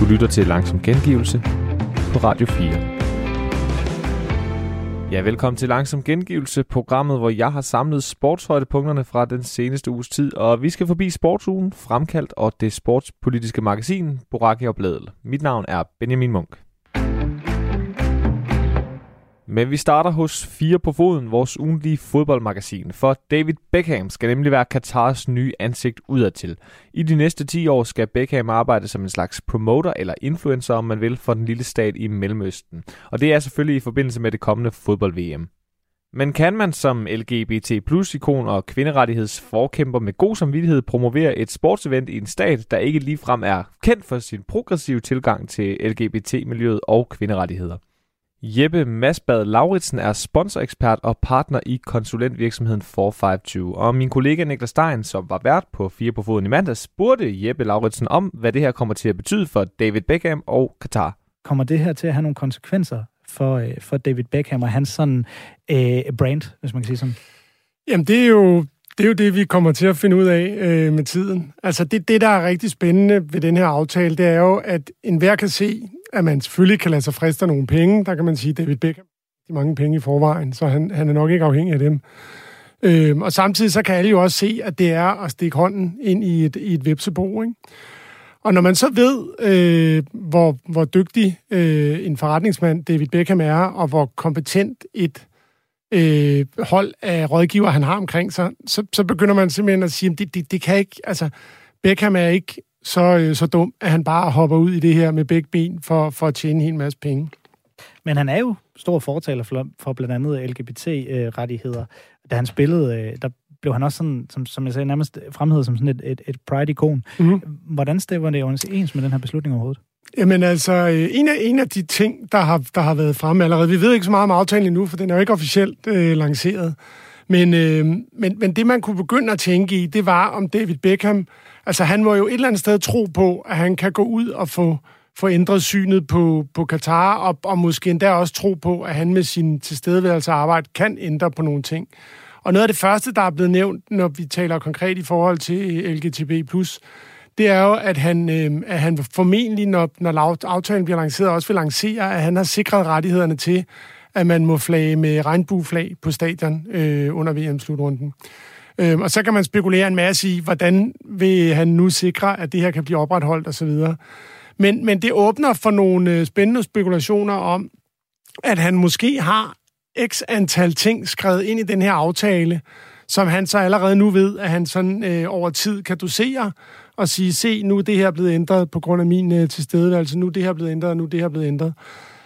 lytter til Langsom Gengivelse på Radio 4. Ja, velkommen til Langsom Gengivelse, programmet, hvor jeg har samlet sportshøjdepunkterne fra den seneste uges tid, og vi skal forbi sportsugen, Fremkaldt og det sportspolitiske magasin, Boracchi og Blædel. Mit navn er Benjamin Munk. Men vi starter hos 4 på foden, vores ugentlige fodboldmagasin, for David Beckham skal nemlig være Katars nye ansigt udadtil. I de næste 10 år skal Beckham arbejde som en slags promoter eller influencer, om man vil, for den lille stat i Mellemøsten. Og det er selvfølgelig i forbindelse med det kommende fodbold-VM. Men kan man som LGBT+-ikon og kvinderettighedsforkæmper med god samvittighed promovere et sportsevent i en stat, der ikke ligefrem er kendt for sin progressive tilgang til LGBT-miljøet og kvinderettigheder? Jeppe Masbad Lauritsen er sponsorekspert og partner i konsulentvirksomheden 452. Og min kollega Niklas Stein, som var vært på 4 på foden i mandags, spurgte Jeppe Lauritsen om, hvad det her kommer til at betyde for David Beckham og Qatar. Kommer det her til at have nogle konsekvenser for David Beckham og hans sådan brand, hvis man kan sige sådan? Jamen, det er jo det, vi kommer til at finde ud af med tiden. Altså, det, der er rigtig spændende ved den her aftale, det er jo, at enhver kan se, at man selvfølgelig kan lade sig friste af nogle penge. Der kan man sige, at David Beckham har mange penge i forvejen, så han er nok ikke afhængig af dem. Og samtidig så kan alle jo også se, at det er at stikke hånden ind i et vepsebo, ikke? Og når man så ved, hvor dygtig en forretningsmand David Beckham er, og hvor kompetent et hold af rådgiver han har omkring sig, så begynder man simpelthen at sige, at det kan ikke, altså Beckham er ikke så dum, at han bare hopper ud i det her med begge ben for at tjene en hel masse penge. Men han er jo stor fortaler for blandt andet LGBT-rettigheder. Da han spillede, der blev han også sådan, som jeg sagde, nærmest fremhævet som sådan et pride-ikon. Mm-hmm. Hvordan stemmer det ens med den her beslutning overhovedet? Jamen altså, en af de ting, der har været fremme allerede, vi ved ikke så meget om aftalen endnu, for den er jo ikke officielt lanceret, men det, man kunne begynde at tænke i, det var om David Beckham, altså han må jo et eller andet sted tro på, at han kan gå ud og få ændret synet på Qatar, og måske endda også tro på, at han med sin tilstedeværelse og arbejde kan ændre på nogle ting. Og noget af det første, der er blevet nævnt, når vi taler konkret i forhold til LGTB+, det er jo, at han formentlig, når aftalen bliver lanceret, også vil lancere, at han har sikret rettighederne til, at man må flage med regnbueflag på stadion under VM-slutrunden. Og så kan man spekulere en masse i, hvordan vil han nu sikre, at det her kan blive opretholdt osv. Men det åbner for nogle spændende spekulationer om, at han måske har x antal ting skrevet ind i den her aftale, som han så allerede nu ved, at han sådan over tid kan dosere og sige, se, nu er det her blevet ændret på grund af min tilstedeværelse, nu er det her blevet ændret, nu er det her blevet ændret.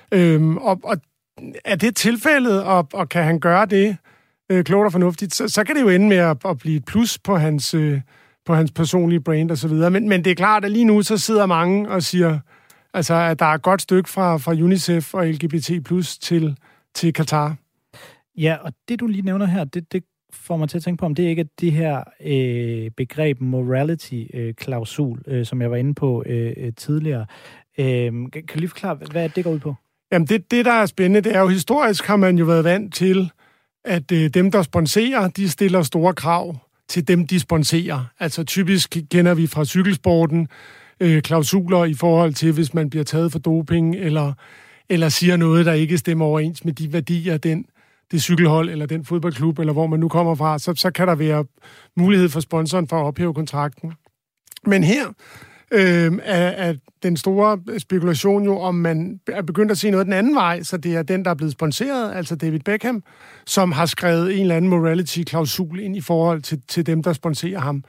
Og er det tilfældet, og kan han gøre det klogt og fornuftigt, så kan det jo ende med at blive et plus på hans personlige brand og så videre. Men det er klart, at lige nu så sidder mange og siger, altså, at der er et godt stykke fra UNICEF og LGBT+ til Qatar. Ja, og det du lige nævner her, det får mig til at tænke på, om det ikke er det her begreb morality-klausul, som jeg var inde på tidligere. Kan du lige forklare, hvad det går ud på? Jamen, det der er spændende, det er jo historisk, har man jo været vant til, at dem, der sponsorer, de stiller store krav til dem, de sponsorer. Altså typisk kender vi fra cykelsporten klausuler i forhold til, hvis man bliver taget for doping, eller siger noget, der ikke stemmer overens med de værdier, det cykelhold, eller den fodboldklub, eller hvor man nu kommer fra, så kan der være mulighed for sponsoren for at ophæve kontrakten. Men her er den store spekulation jo, om man er begyndt at se noget den anden vej, så det er den, der er blevet sponsoreret, altså David Beckham, som har skrevet en eller anden morality-klausul ind i forhold til dem, der sponsorer ham.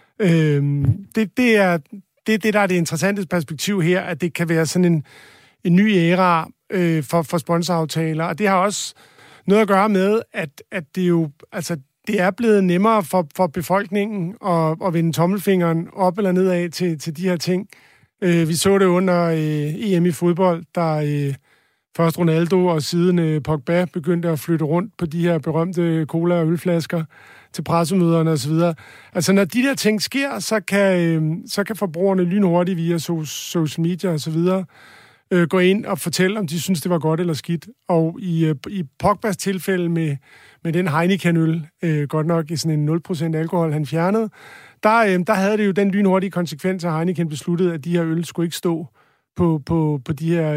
Det er det, der er det interessante perspektiv her, at det kan være sådan en ny æra for sponsoraftaler, og det har også noget at gøre med, at det jo, altså, det er blevet nemmere for befolkningen at vende tommelfingeren op eller nedad til de her ting. Vi så det under EM i fodbold, der først Ronaldo og siden Pogba begyndte at flytte rundt på de her berømte cola- og ølflasker til pressemøderne osv. Altså, når de der ting sker, så kan forbrugerne lynhurtigt via social media osv. Gå ind og fortælle, om de synes, det var godt eller skidt. Og i Pogbas tilfælde med den Heineken-øl, godt nok i sådan en 0% alkohol, han fjernede, der havde det jo den lynhurtige konsekvens, at Heineken besluttede, at de her øl skulle ikke stå på de her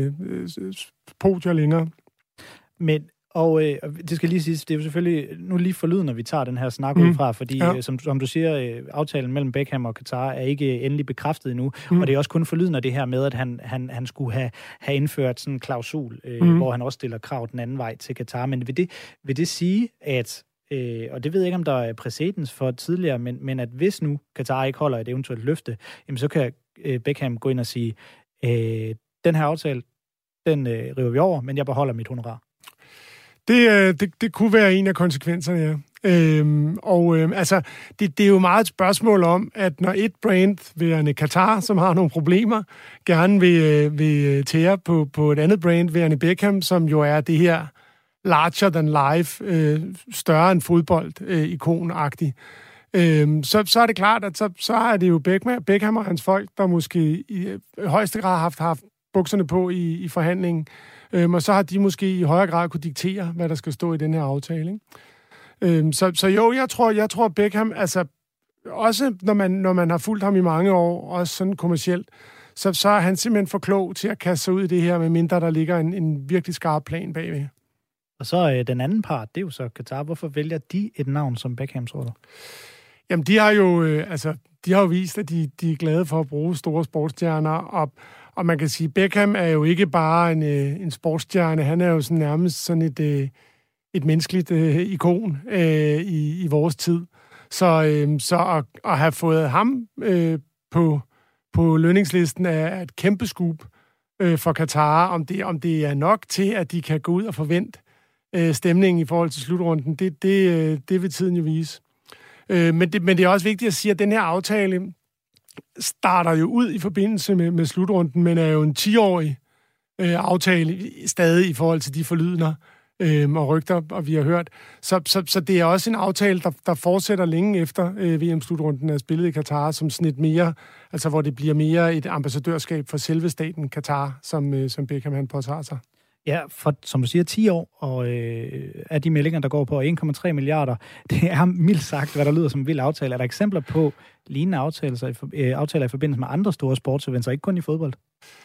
podier længere. Men og det skal lige siges, det er jo selvfølgelig nu lige forlyden, når vi tager den her snak ud fra, fordi som du siger, aftalen mellem Beckham og Qatar er ikke endelig bekræftet endnu, og det er også kun forlyden af det her med, at han skulle have indført sådan en klausul, hvor han også stiller krav den anden vej til Qatar. Men vil det sige, at, og det ved jeg ikke, om der er præcedens for tidligere, men at hvis nu Qatar ikke holder et eventuelt løfte, jamen så kan Beckham gå ind og sige, den her aftale, den river vi over, men jeg beholder mit honorar. Det kunne være en af konsekvenserne, ja. Altså, det er jo meget et spørgsmål om, at når et brand, værende Qatar, som har nogle problemer, gerne vil tære på et andet brand, værende Beckham, som jo er det her larger than life, større end fodbold, ikonagtigt. Så er det klart, at så er det jo Beckham og hans folk, der måske i højeste grad har haft bukserne på i forhandlingen. Og så har de måske i højere grad kunne diktere, hvad der skal stå i den her aftale. Ikke? Så jo, jeg tror Beckham, altså også når man har fulgt ham i mange år, også sådan kommercielt, så er han simpelthen for klog til at kaste sig ud i det her, med mindre der ligger en virkelig skarp plan bagved. Og så den anden part, det er jo så Qatar. Hvorfor vælger de et navn som Beckhams roller? Jamen, de har jo vist, at de er glade for at bruge store sportsstjerner, og man kan sige, Beckham er jo ikke bare en sportsstjerne, han er jo sådan nærmest sådan et menneskeligt ikon i vores tid. Så at have fået ham på lønningslisten er et kæmpe scoop for Qatar. Om det er nok til, at de kan gå ud og forvente stemningen i forhold til slutrunden, det vil tiden jo vise. Men det er også vigtigt at sige, at den her aftale starter jo ud i forbindelse med slutrunden, men er jo en 10-årig aftale stadig i forhold til de forlydender og rygter, og vi har hørt. Så det er også en aftale, der fortsætter længe efter VM-slutrunden er spillet i Qatar, som sådan et mere, altså hvor det bliver mere et ambassadørskab for selve staten Qatar, som Beckham han påtager sig. Ja, for som du siger, 10 år, og af de meldinger, der går på 1,3 milliarder, det er mildt sagt, hvad der lyder som en vild aftale. Er der eksempler på lignende aftaler i forbindelse med andre store sportsevents, ikke kun i fodbold?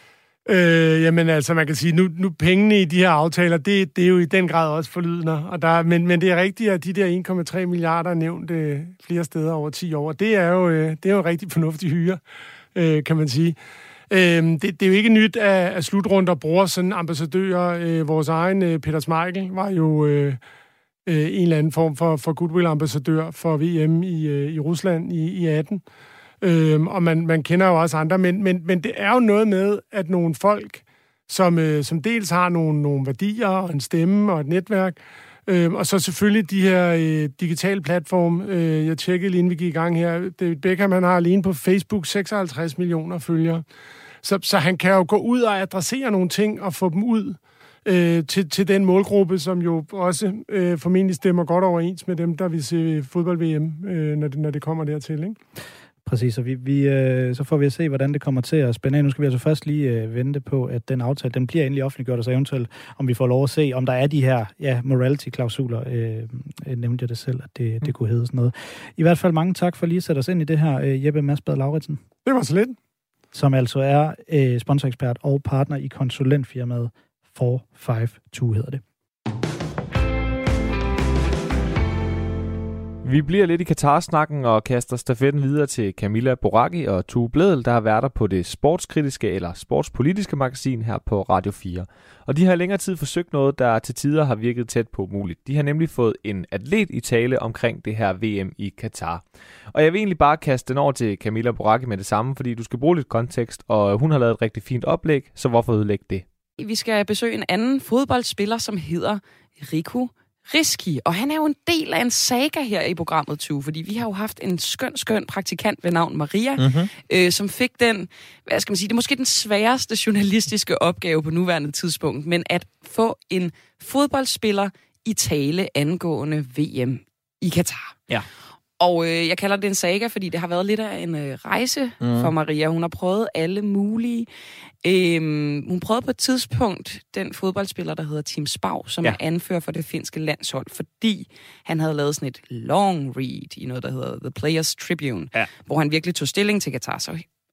Jamen altså, man kan sige, nu pengene i de her aftaler, det er jo i den grad også forlydende. Men det er rigtigt, at de der 1,3 milliarder er nævnt flere steder over 10 år. Det er jo en rigtig fornuftig hyre, kan man sige. Det er jo ikke nyt, at slutrunder bruger sådan ambassadører. Vores egen Peter Schmeichel var jo en eller anden form for goodwill-ambassadør for VM i Rusland i 18. Og man kender jo også andre, men det er jo noget med, at nogle folk, som dels har nogle værdier og en stemme og et netværk, og så selvfølgelig de her digitale platforme. Jeg tjekkede lige inden vi gik i gang her. David Beckham, han har alene på Facebook 56 millioner følgere. Så han kan jo gå ud og adressere nogle ting og få dem ud til den målgruppe, som jo også formentlig stemmer godt overens med dem, der vil se fodbold-VM, når det kommer dertil, ikke? Præcis, og så får vi at se, hvordan det kommer til at spænde af. Nu skal vi altså først lige vente på, at den aftale, den bliver endelig offentliggjort, og så eventuelt, om vi får lov at se, om der er de her morality-klausuler. Nævnte jeg det selv, at det kunne hedde sådan noget. I hvert fald mange tak for lige at sætte os ind i det her, Jeppe Madsbad Lauritsen. Det var så lidt. Som altså er sponsorekspert og partner i konsulentfirmaet 452 hedder det. Vi bliver lidt i Qatar-snakken og kaster stafetten videre til Camilla Boraghi og Tue Blædel, der har været der på det sportskritiske eller sportspolitiske magasin her på Radio 4. Og de har længere tid forsøgt noget, der til tider har virket tæt på muligt. De har nemlig fået en atlet i tale omkring det her VM i Qatar. Og jeg vil egentlig bare kaste den over til Camilla Boraghi med det samme, fordi du skal bruge lidt kontekst, og hun har lavet et rigtig fint oplæg, så hvorfor ødelægge det? Vi skal besøge en anden fodboldspiller, som hedder Rico Riski, og han er jo en del af en saga her i programmet, Tue, fordi vi har jo haft en skøn praktikant ved navn Maria, som fik den, hvad skal man sige, det er måske den sværeste journalistiske opgave på nuværende tidspunkt, men at få en fodboldspiller i tale angående VM i Qatar. Ja. Og jeg kalder det en saga, fordi det har været lidt af en rejse for Maria. Hun har prøvet alle mulige. Hun prøvede på et tidspunkt den fodboldspiller, der hedder Tim Spau, som er anfører for det finske landshold, fordi han havde lavet sådan et long read i noget, der hedder The Players Tribune, hvor han virkelig tog stilling til Qatar. Så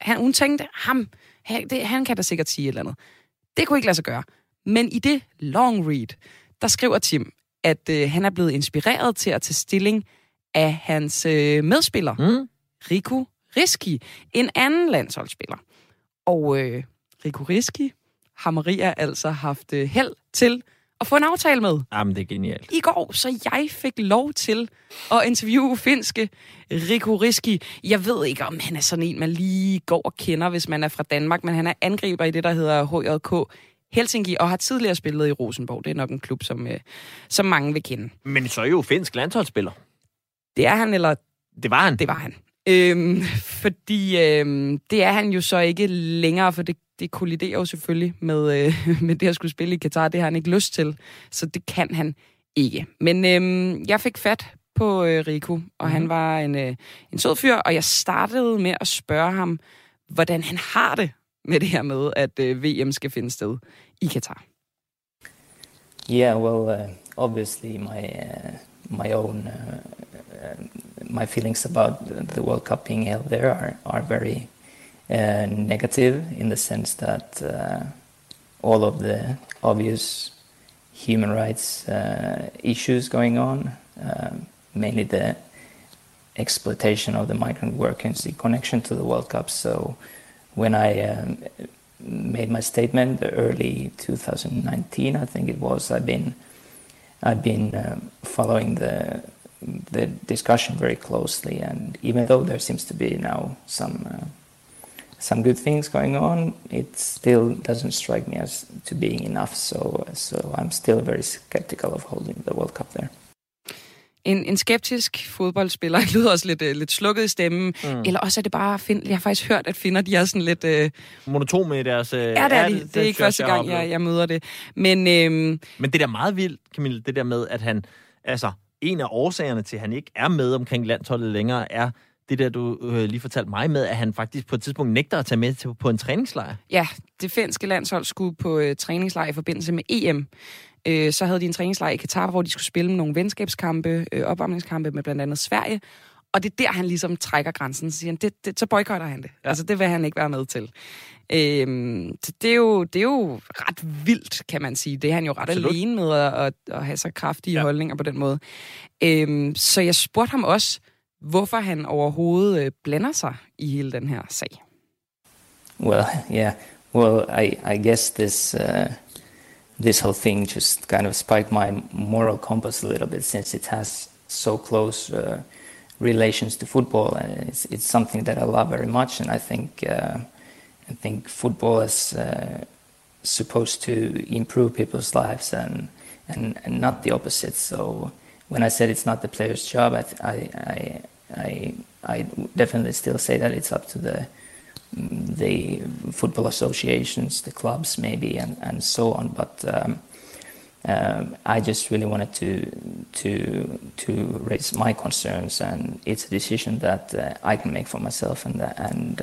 Hun tænkte, han kan da sikkert sige et eller andet. Det kunne ikke lade sig gøre. Men i det long read, der skriver Tim, at han er blevet inspireret til at tage stilling af hans medspiller, Riku Riski, en anden landsholdsspiller. Og Riku Riski har Maria altså haft held til at få en aftale med. Jamen, det er genialt. I går, så jeg fik lov til at interviewe finske Riku Riski. Jeg ved ikke, om han er sådan en, man lige går og kender, hvis man er fra Danmark, men han er angriber i det, der hedder HJK Helsinki, og har tidligere spillet i Rosenborg. Det er nok en klub, som mange vil kende. Men så er jo finsk landsholdsspiller. Det er han, eller... Det var han. Det var han. Fordi det er han jo så ikke længere, for det kolliderer jo selvfølgelig med det at skulle spille i Katar. Det har han ikke lyst til, så det kan han ikke. Men jeg fik fat på Riku, og han var en sød fyr, og jeg startede med at spørge ham, hvordan han har det med det her med, at VM skal finde sted i Katar. Yeah, well, obviously my own my feelings about the World Cup being held there are very negative, in the sense that all of the obvious human rights issues going on, mainly the exploitation of the migrant workers in connection to the World Cup. So when I made my statement early 2019, I think it was, I've been following the discussion very closely, and even though there seems to be now some good things going on, it still doesn't strike me as to being enough. So I'm still very skeptical of holding the World Cup there. En skeptisk fodboldspiller lyder også lidt slukket i stemmen, eller også er det bare jeg har faktisk hørt, at finner de er sådan lidt... monoton med deres... Ja, det er de. Det er ikke første gang, jeg møder det. Men det der meget vildt, Camille, det der med, at han... Altså, en af årsagerne til, at han ikke er med omkring landsholdet længere, er det der, du lige fortalte mig med, at han faktisk på et tidspunkt nægter at tage med på en træningslejr. Ja, det finske landshold skulle på træningslejr i forbindelse med EM. Så havde de en træningslejr i Katar, hvor de skulle spille med nogle venskabskampe, opvarmningskampe med blandt andet Sverige. Og det er der, han ligesom trækker grænsen. Så siger han, så boykotter han det. Ja. Altså, det vil han ikke være med til. Det er jo ret vildt, kan man sige. Det er han jo ret alene med at have så kraftige holdninger på den måde. Så jeg spurgte ham også, hvorfor han overhovedet blander sig i hele den her sag. Well, yeah. Well, I guess this whole thing just kind of spiked my moral compass a little bit, since it has so close relations to football, and it's something that I love very much, and I think football is supposed to improve people's lives and not the opposite. So when I said it's not the player's job, I definitely still say that it's up to the football associations, the clubs maybe, and so on. But I just really wanted to raise my concerns, and it's a decision that I can make for myself, and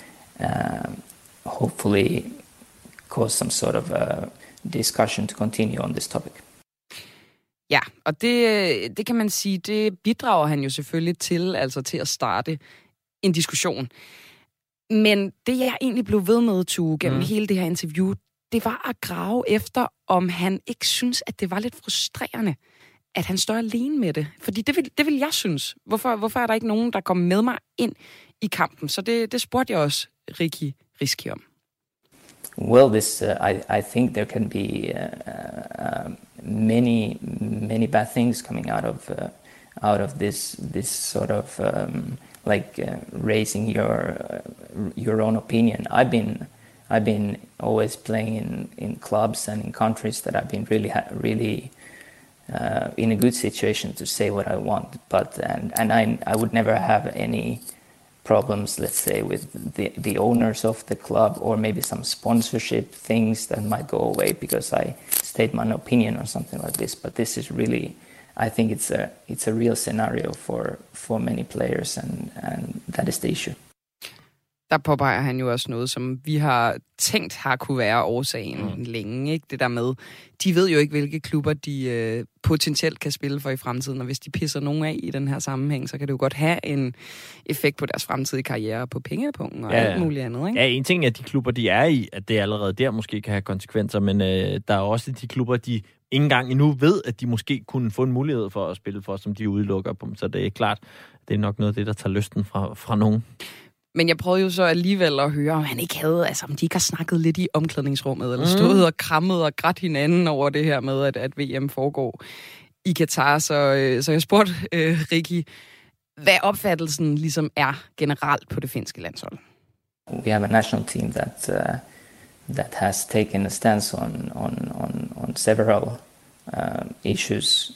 hopefully cause some sort of a discussion to continue on this topic. Ja, og det kan man sige, det bidrager han jo selvfølgelig til, altså til at starte en diskussion. Men det, jeg egentlig blev ved med, Tue, gennem hele det her interview, det var at grave efter, om han ikke synes, at det var lidt frustrerende, at han står alene med det. Fordi det vil jeg synes. Hvorfor er der ikke nogen, der kommer med mig ind i kampen? Så det spurgte jeg også Riski om. Well, I think there can be many bad things coming out of this sort of raising your own opinion. I've been always playing in clubs and in countries that I've been really in a good situation to say what I want. But I would never have any problems, let's say, with the owners of the club, or maybe some sponsorship things that might go away because I state my opinion or something like this. But this is really, I think it's a real scenario for many players, and that is the issue. der påpeger han jo også noget, som vi har tænkt har kunne være årsagen længe. Ikke? Det der med, de ved jo ikke, hvilke klubber de potentielt kan spille for i fremtiden, og hvis de pisser nogen af i den her sammenhæng, så kan det jo godt have en effekt på deres fremtidige karriere på pengepunkten og alt muligt andet. Ikke? Ja, en ting er de klubber, de er i, at det allerede der måske kan have konsekvenser, men der er også de klubber, de ikke engang endnu ved, at de måske kunne få en mulighed for at spille for, som de udelukker på. Så det er klart, det er nok noget af det, der tager lysten fra nogen. Men jeg prøvede jo så alligevel at høre, om han ikke havde, altså om de ikke har snakket lidt i omklædningsrummet, eller stået og krammet og grædt hinanden over det her med, at VM foregår i Katar. Så jeg spurgte Ricky, hvad opfattelsen ligesom er generelt på det finske landshold. We have a national team that has taken a stance on several issues.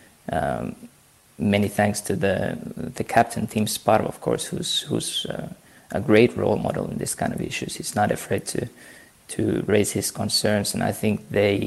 Many thanks to the captain, Team Sparv, of course, who's a great role model in this kind of issues. He's not afraid to raise his concerns, and I think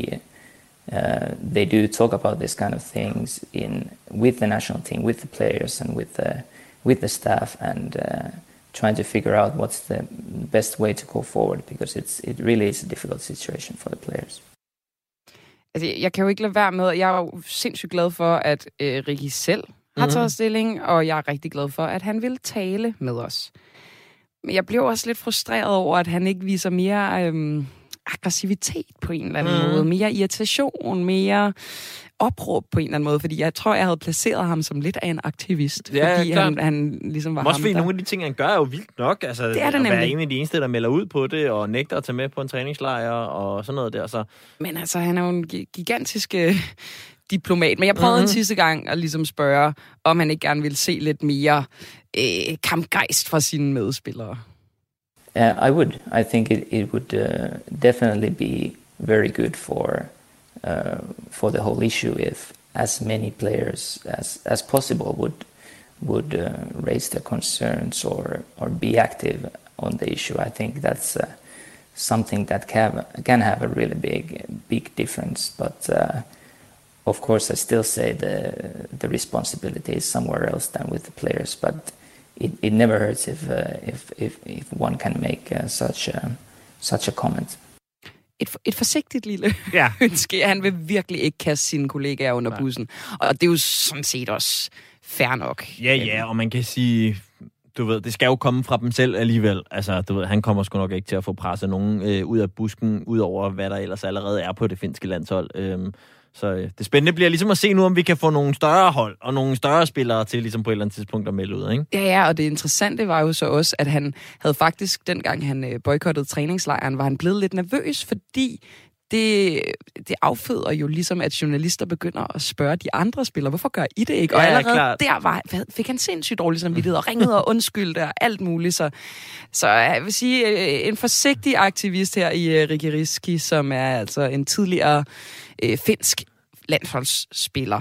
they do talk about this kind of things with the national team, with the players, and with the staff, and trying to figure out what's the best way to go forward, because it really is a difficult situation for the players. Altså, jeg kan jo ikke lade være med, jeg er jo sindssygt glad for, at Ricky selv har taget stilling, og jeg er rigtig glad for, at han vil tale med os. Men jeg blev også lidt frustreret over, at han ikke viser mere aggressivitet på en eller anden måde, mere irritation, mere opråb på en eller anden måde, fordi jeg tror, jeg havde placeret ham som lidt af en aktivist, fordi han ligesom var også ham, fordi nogle af de ting, han gør, er jo vildt nok. Altså, det er det at nemlig. være en af de eneste, der melder ud på det, og nægter at tage med på en træningslejr, og sådan noget der. Så. Men altså, han er jo en gigantisk diplomat. Men jeg prøvede en sidste gang at ligesom spørge, om han ikke gerne ville se lidt mere kampgejst fra sine medspillere. I would. I think it would definitely be very good for the whole issue if as many players as possible would raise their concerns or be active on the issue. I think that's something that can have a really big difference. But of course, I still say the responsibility is somewhere else than with the players. But it never hurts if one can make such a comment. Et forsigtigt lille ønske. Han vil virkelig ikke kaste sine kollegaer under bussen. Og det er jo sådan set også fair nok. Ja, og man kan sige, du ved, det skal jo komme fra dem selv alligevel. Altså, du ved, han kommer sgu nok ikke til at få presset nogen ud af busken, ud over hvad der ellers allerede er på det finske landshold. Så det spændende bliver ligesom at se nu, om vi kan få nogle større hold og nogle større spillere til ligesom på et eller andet tidspunkt at melde ud, ikke? Ja, og det interessante var jo så også, at han havde faktisk, dengang han boykottede træningslejren, var han blevet lidt nervøs, fordi det afføder jo ligesom, at journalister begynder at spørge de andre spillere, hvorfor gør I det ikke? Og allerede der fik han sindssygt dårlig samvittighed og ringede og undskyldte og alt muligt. Så jeg vil sige, en forsigtig aktivist her i Ricky Riski, som er altså en tidligere finsk landsholdsspiller.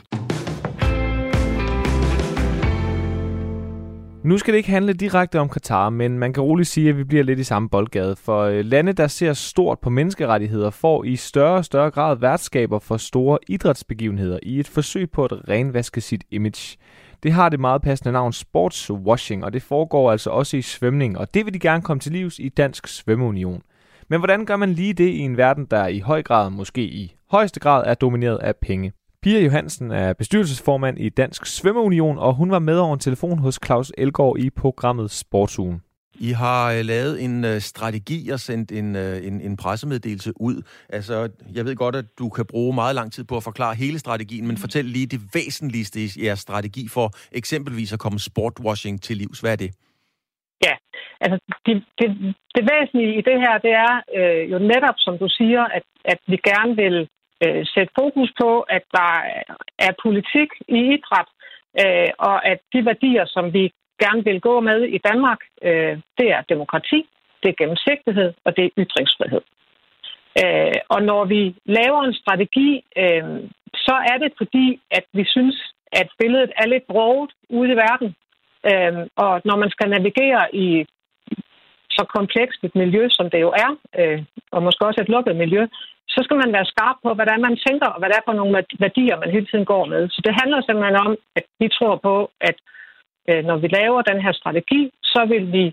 Nu skal det ikke handle direkte om Katar, men man kan roligt sige, at vi bliver lidt i samme boldgade. For lande, der ser stort på menneskerettigheder, får i større og større grad værtskaber for store idrætsbegivenheder i et forsøg på at renvaske sit image. Det har det meget passende navn sportswashing, og det foregår altså også i svømning, og det vil de gerne komme til livs i Dansk Svømmeunion. Men hvordan gør man lige det i en verden, der i høj grad, måske i højeste grad, er domineret af penge? Pia Johansen er bestyrelsesformand i Dansk Svømmeunion, og hun var med over en telefon hos Claus Elgaard i programmet Sportsugen. I har lavet en strategi og sendt en pressemeddelelse ud. Altså, jeg ved godt, at du kan bruge meget lang tid på at forklare hele strategien, men fortæl lige det væsentligste i jeres strategi for eksempelvis at komme sportwashing til livs. Hvad er det? Ja, altså det væsentlige i det her, det er jo netop, som du siger, at vi gerne vil sætte fokus på, at der er politik i idræt, og at de værdier, som vi gerne vil gå med i Danmark, det er demokrati, det er gennemsigtighed, og det er ytringsfrihed. Og når vi laver en strategi, så er det fordi, at vi synes, at billedet er lidt broget ude i verden. Og når man skal navigere i så komplekst et miljø, som det jo er, og måske også et lukket miljø, så skal man være skarp på, hvad det er, man tænker, og hvad det er for nogle værdier, man hele tiden går med. Så det handler simpelthen om, at vi tror på, at når vi laver den her strategi, så vil vi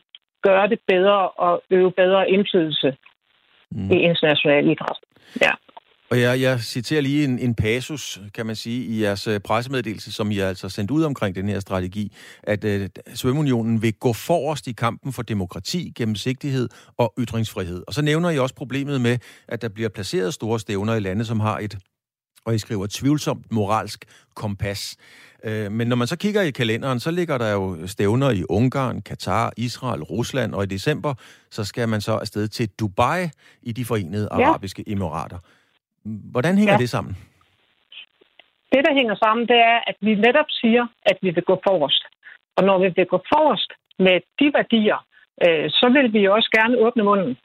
gøre det bedre og øve bedre indflydelse i international idræt. Ja. Og jeg citerer lige en passus, kan man sige, i jeres pressemeddelelse, som I altså sendt ud omkring den her strategi, at Svømmeunionen vil gå forrest i kampen for demokrati, gennemsigtighed og ytringsfrihed. Og så nævner I også problemet med, at der bliver placeret store stævner i lande, som har et, og I skriver, tvivlsomt moralsk kompas. Men når man så kigger i kalenderen, så ligger der jo stævner i Ungarn, Katar, Israel, Rusland, og i december, så skal man så afsted til Dubai i de Forenede Arabiske Emirater. Hvordan hænger det sammen? Det, der hænger sammen, det er, at vi netop siger, at vi vil gå forrest. Og når vi vil gå forrest med de værdier, så vil vi også gerne åbne munden.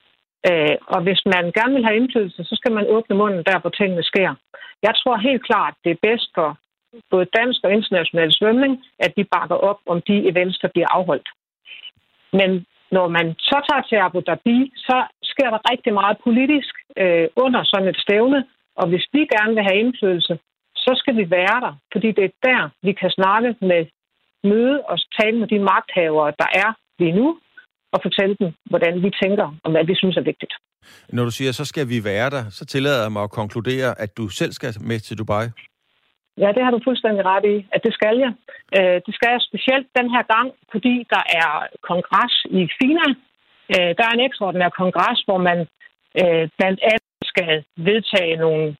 Og hvis man gerne vil have indflydelse, så skal man åbne munden der, hvor tingene sker. Jeg tror helt klart, det er bedst for både dansk og international svømning, at vi bakker op om de events, der bliver afholdt. Men når man så tager til Abu Dhabi, så sker der rigtig meget politisk under sådan et stævne, og hvis vi gerne vil have indflydelse, så skal vi være der, fordi det er der, vi kan snakke med møde og tale med de magthavere, der er lige nu, og fortælle dem, hvordan vi tænker, og hvad vi synes er vigtigt. Når du siger, så skal vi være der, så tillader jeg mig at konkludere, at du selv skal med til Dubai. Ja, det har du fuldstændig ret i, at det skal jeg. Det skal jeg specielt den her gang, fordi der er kongres i FINA. Der er en ekstraordinær kongres, hvor man blandt andet skal vedtage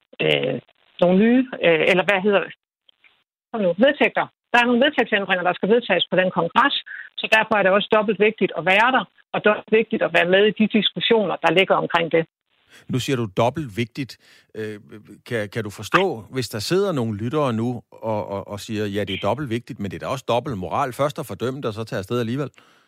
nogle nye, eller hvad hedder det? Vedtægter. Der er nogle vedtægtsændringer, der skal vedtages på den kongres, så derfor er det også dobbelt vigtigt at være der, og dobbelt vigtigt at være med i de diskussioner, der ligger omkring det. Nu siger du dobbelt vigtigt. Kan du forstå, hvis der sidder nogle lyttere nu og siger, ja, det er dobbelt vigtigt, men det er da også dobbelt moral. Først at fordømme det, og så tage afsted alligevel?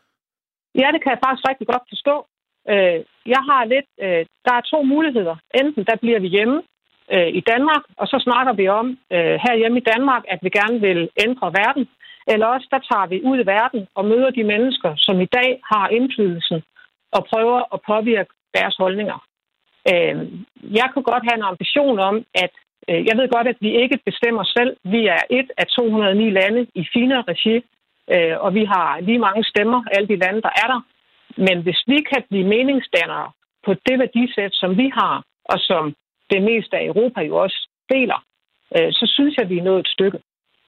Ja, det kan jeg faktisk rigtig godt forstå. Jeg har der er to muligheder. Enten der bliver vi hjemme i Danmark, og så snakker vi om herhjemme i Danmark, at vi gerne vil ændre verden. Eller også der tager vi ud i verden og møder de mennesker, som i dag har indflydelsen, og prøver at påvirke deres holdninger. Jeg kunne godt have en ambition om, at jeg ved godt, at vi ikke bestemmer selv. Vi er et af 209 lande i FINA-regi, og vi har lige mange stemmer, alle de lande, der er der. Men hvis vi kan blive meningsdannere på det værdisæt, som vi har, og som det meste af Europa jo også deler, så synes jeg, at vi er nået et stykke.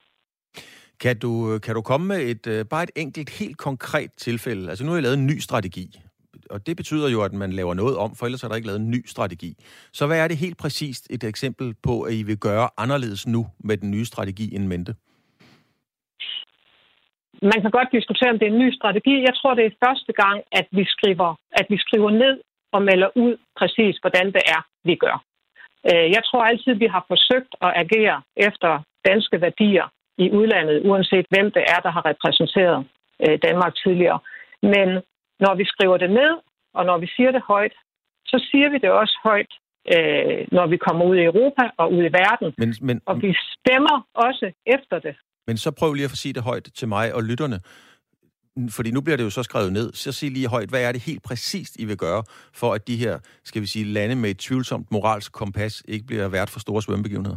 Kan du komme med bare et enkelt, helt konkret tilfælde? Altså nu har jeg lavet en ny strategi, og det betyder jo, at man laver noget om, for ellers er der ikke lavet en ny strategi. Så hvad er det helt præcist et eksempel på, at I vil gøre anderledes nu med den nye strategi in mente? Man kan godt diskutere, om det er en ny strategi. Jeg tror, det er første gang, at vi skriver ned og melder ud præcis, hvordan det er, vi gør. Jeg tror altid, vi har forsøgt at agere efter danske værdier i udlandet, uanset hvem det er, der har repræsenteret Danmark tidligere. Men når vi skriver det ned, og når vi siger det højt, så siger vi det også højt, når vi kommer ud i Europa og ud i verden. Og vi stemmer også efter det. Men så prøv lige at sige det højt til mig og lytterne. Fordi nu bliver det jo så skrevet ned. Så sig lige højt, hvad er det helt præcist, I vil gøre, for at de her, skal vi sige, lande med et tvivlsomt moralsk kompas ikke bliver vært for store svømmebegivenheder?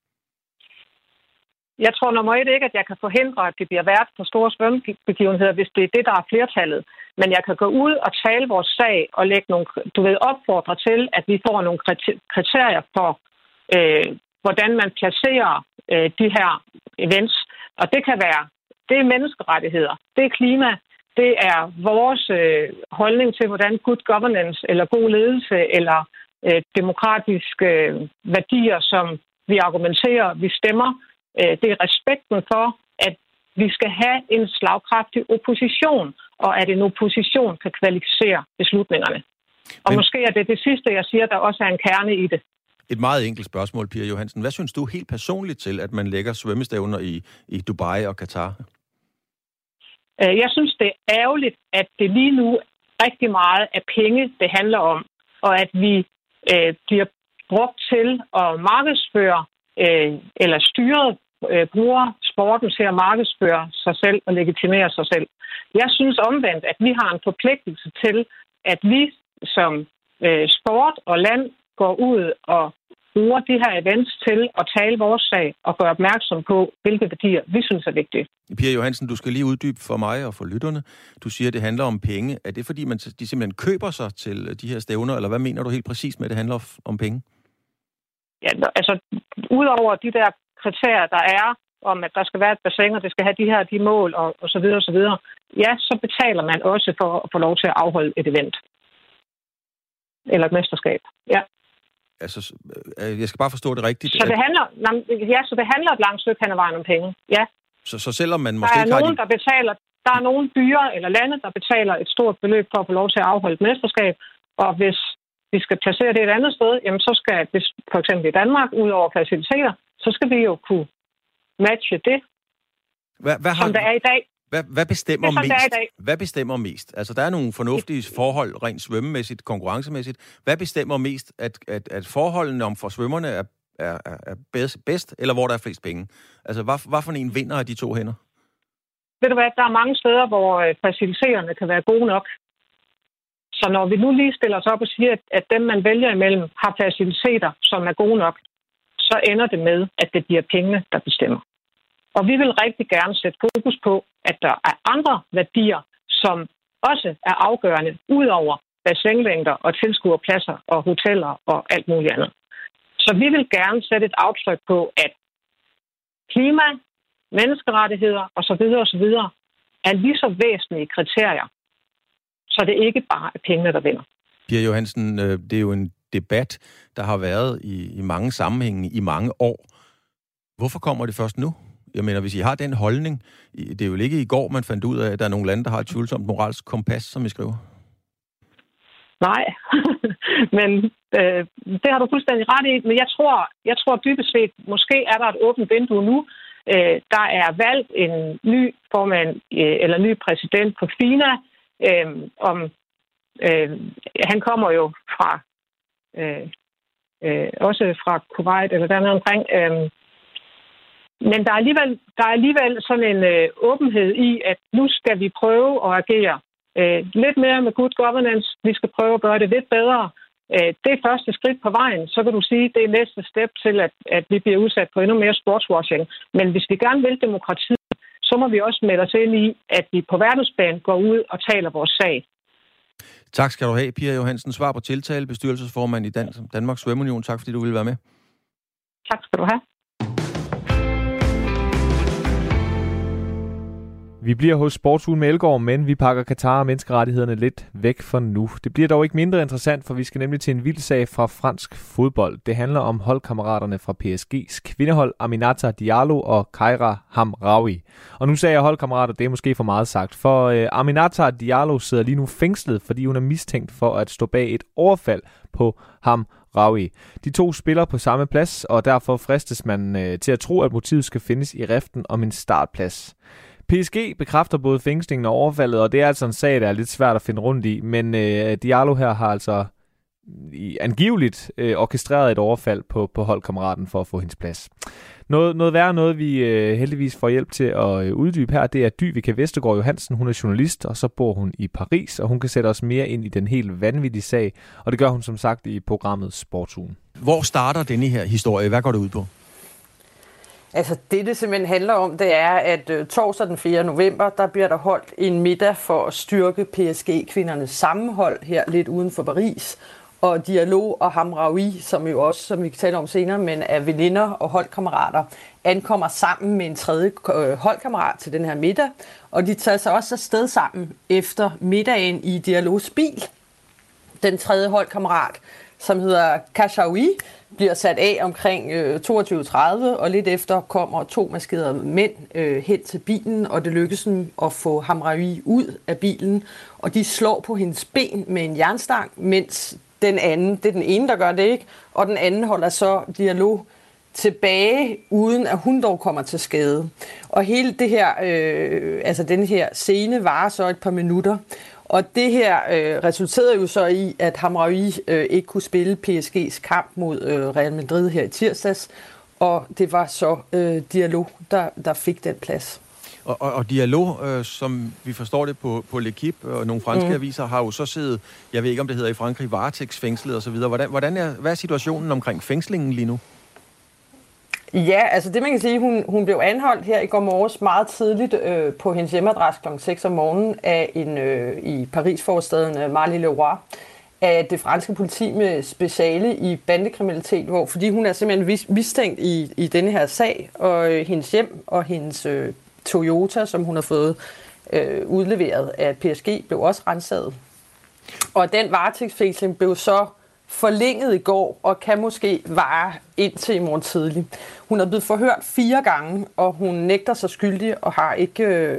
Jeg tror nummer et ikke, at jeg kan forhindre, at det bliver vært for store svømmebegivenheder, hvis det er det, der er flertallet. Men jeg kan gå ud og tale vores sag og lægge nogle, opfordre til, at vi får nogle kriterier for, hvordan man placerer de her events. Og det kan være, det er menneskerettigheder, det er klima, det er vores holdning til, hvordan good governance eller god ledelse eller demokratiske værdier, som vi argumenterer, vi stemmer. Det er respekten for, at vi skal have en slagkraftig opposition, og at en opposition kan kvalificere beslutningerne. Og måske er det sidste, jeg siger, der også er en kerne i det. Et meget enkelt spørgsmål, Pia Johansen. Hvad synes du helt personligt til, at man lægger svømmestævner i Dubai og Katar? Jeg synes, det er ærgerligt, at det lige nu rigtig meget af penge, det handler om, og at vi bliver brugt til at markedsføre eller styret bruger sporten til at markedsføre sig selv og legitimere sig selv. Jeg synes omvendt, at vi har en forpligtelse til, at vi som sport og land går ud og bruger de her events til at tale vores sag og gøre opmærksom på, hvilke værdier vi synes er vigtige. Pia Johansen, du skal lige uddybe for mig og for lytterne. Du siger, at det handler om penge. Er det fordi, de simpelthen køber sig til de her stævner, eller hvad mener du helt præcis med, at det handler om penge? Ja, altså, udover de der kriterier, der er, om at der skal være et bassin, og det skal have de mål, og så videre, og så videre, ja, så betaler man også for at få lov til at afholde et event. Eller et mesterskab, ja. Altså, jeg skal bare forstå det rigtigt. Så det handler et langt stykke hen ad vejen om penge, ja. Så selvom man måske der er nogle byer eller lande, der betaler et stort beløb for at få lov til at afholde et mesterskab, og hvis vi skal placere det et andet sted, jamen så skal, hvis for eksempel i Danmark, ud over faciliteter, så skal vi jo kunne matche det, som der er i dag. Hvad bestemmer mest? Hvad bestemmer mest? Altså, der er nogle fornuftige forhold, rent svømmemæssigt, konkurrencemæssigt. Hvad bestemmer mest, at forholdene om for svømmerne er bedst, eller hvor der er flest penge? Altså, hvad for en vinder af de to hænder? Ved du hvad, der er mange steder, hvor facilitererne kan være gode nok. Så når vi nu lige stiller os op og siger, at dem, man vælger imellem, har faciliteter, som er gode nok, så ender det med, at det bliver pengene, der bestemmer. Og vi vil rigtig gerne sætte fokus på, at der er andre værdier, som også er afgørende, ud over bassinlængder og tilskuerpladser og hoteller og alt muligt andet. Så vi vil gerne sætte et aftryk på, at klima, menneskerettigheder osv. er lige så væsentlige kriterier, så det ikke bare er pengene, der vinder. Pia Johansen, det er jo en debat, der har været i mange sammenhænge i mange år. Hvorfor kommer det først nu? Jeg mener, hvis I har den holdning, det er jo ikke i går, man fandt ud af, at der er nogle lande, der har et tvivlsomt moralsk kompas, som I skriver. Nej, men det har du fuldstændig ret i. Men jeg tror dybest set, måske er der et åbent vindue nu. Der er valgt en ny formand eller ny præsident på FINA. Han kommer jo fra også fra Kuwait eller dernede omkring. Men der er alligevel sådan en åbenhed i, at nu skal vi prøve at agere lidt mere med good governance. Vi skal prøve at gøre det lidt bedre. Det er første skridt på vejen. Så kan du sige, at det er næste step til, at vi bliver udsat på endnu mere sportswashing. Men hvis vi gerne vil demokratiet, så må vi også melde os ind i, at vi på verdensplan går ud og taler vores sag. Tak skal du have, Pia Johansen. Svar på tiltale, bestyrelsesformand i Danmarks Svømmeunion. Tak fordi du ville være med. Tak skal du have. Vi bliver hos Sportsugen med Elgård, men vi pakker Katar og menneskerettighederne lidt væk for nu. Det bliver dog ikke mindre interessant, for vi skal nemlig til en vild sag fra fransk fodbold. Det handler om holdkammeraterne fra PSG's kvindehold Aminata Diallo og Kaira Hamraoui. Og nu sagde jeg holdkammerater, det er måske for meget sagt, for Aminata Diallo sidder lige nu fængslet, fordi hun er mistænkt for at stå bag et overfald på Hamraoui. De to spiller på samme plads, og derfor fristes man til at tro, at motivet skal findes i riften om en startplads. PSG bekræfter både fængslingen og overfaldet, og det er altså en sag, der er lidt svært at finde rundt i, men Diallo her har altså angiveligt orkestreret et overfald på holdkammeraten for at få hendes plads. Noget værre, noget vi heldigvis får hjælp til at uddybe her, det er Dyvika Vestergaard Johansen. Hun er journalist, og så bor hun i Paris, og hun kan sætte os mere ind i den helt vanvittige sag, og det gør hun som sagt i programmet Sportsugen. Hvor starter denne her historie? Hvad går det ud på? Altså det simpelthen handler om, det er, at torsdag den 4. november, der bliver der holdt en middag for at styrke PSG-kvindernes sammenhold her lidt uden for Paris. Og Diallo og Hamraoui, som jo også, som vi kan tale om senere, men er veninder og holdkammerater, ankommer sammen med en tredje holdkammerat til den her middag. Og de tager sig også afsted sammen efter middagen i Diallos bil. Den tredje holdkammerat, som hedder Kashaoui, bliver sat af omkring 22.30, og lidt efter kommer to maskerede mænd hen til bilen, og det lykkes dem at få Hamraoui ud af bilen, og de slår på hendes ben med en jernstang, mens den anden, det er den ene, der gør det ikke, og den anden holder så Diallo tilbage, uden at hun dog kommer til skade. Og hele det her, altså den her scene varer så et par minutter, og det her resulterede jo så i, at Hamraoui ikke kunne spille PSG's kamp mod Real Madrid her i tirsdags, og det var så Diallo, der fik den plads. Og Diallo, som vi forstår det på L'Equipe og nogle franske aviser, har jo så siddet, jeg ved ikke om det hedder i Frankrig, varetægtsfængslet og så videre. Hvad er situationen omkring fængslingen lige nu? Ja, altså det man kan sige, hun blev anholdt her i går morges meget tidligt på hendes hjemmeadresse kl. 6 om morgenen af i Paris-forstaden Marly-le-Roi af det franske politi med speciale i bandekriminalitet, fordi hun er simpelthen mistænkt i denne her sag, og hendes hjem og hendes Toyota, som hun har fået udleveret af PSG, blev også renset. Og den varetægtsfængsling blev så forlænget i går, og kan måske vare indtil i morgen tidlig. Hun er blevet forhørt 4 gange, og hun nægter sig skyldig og har ikke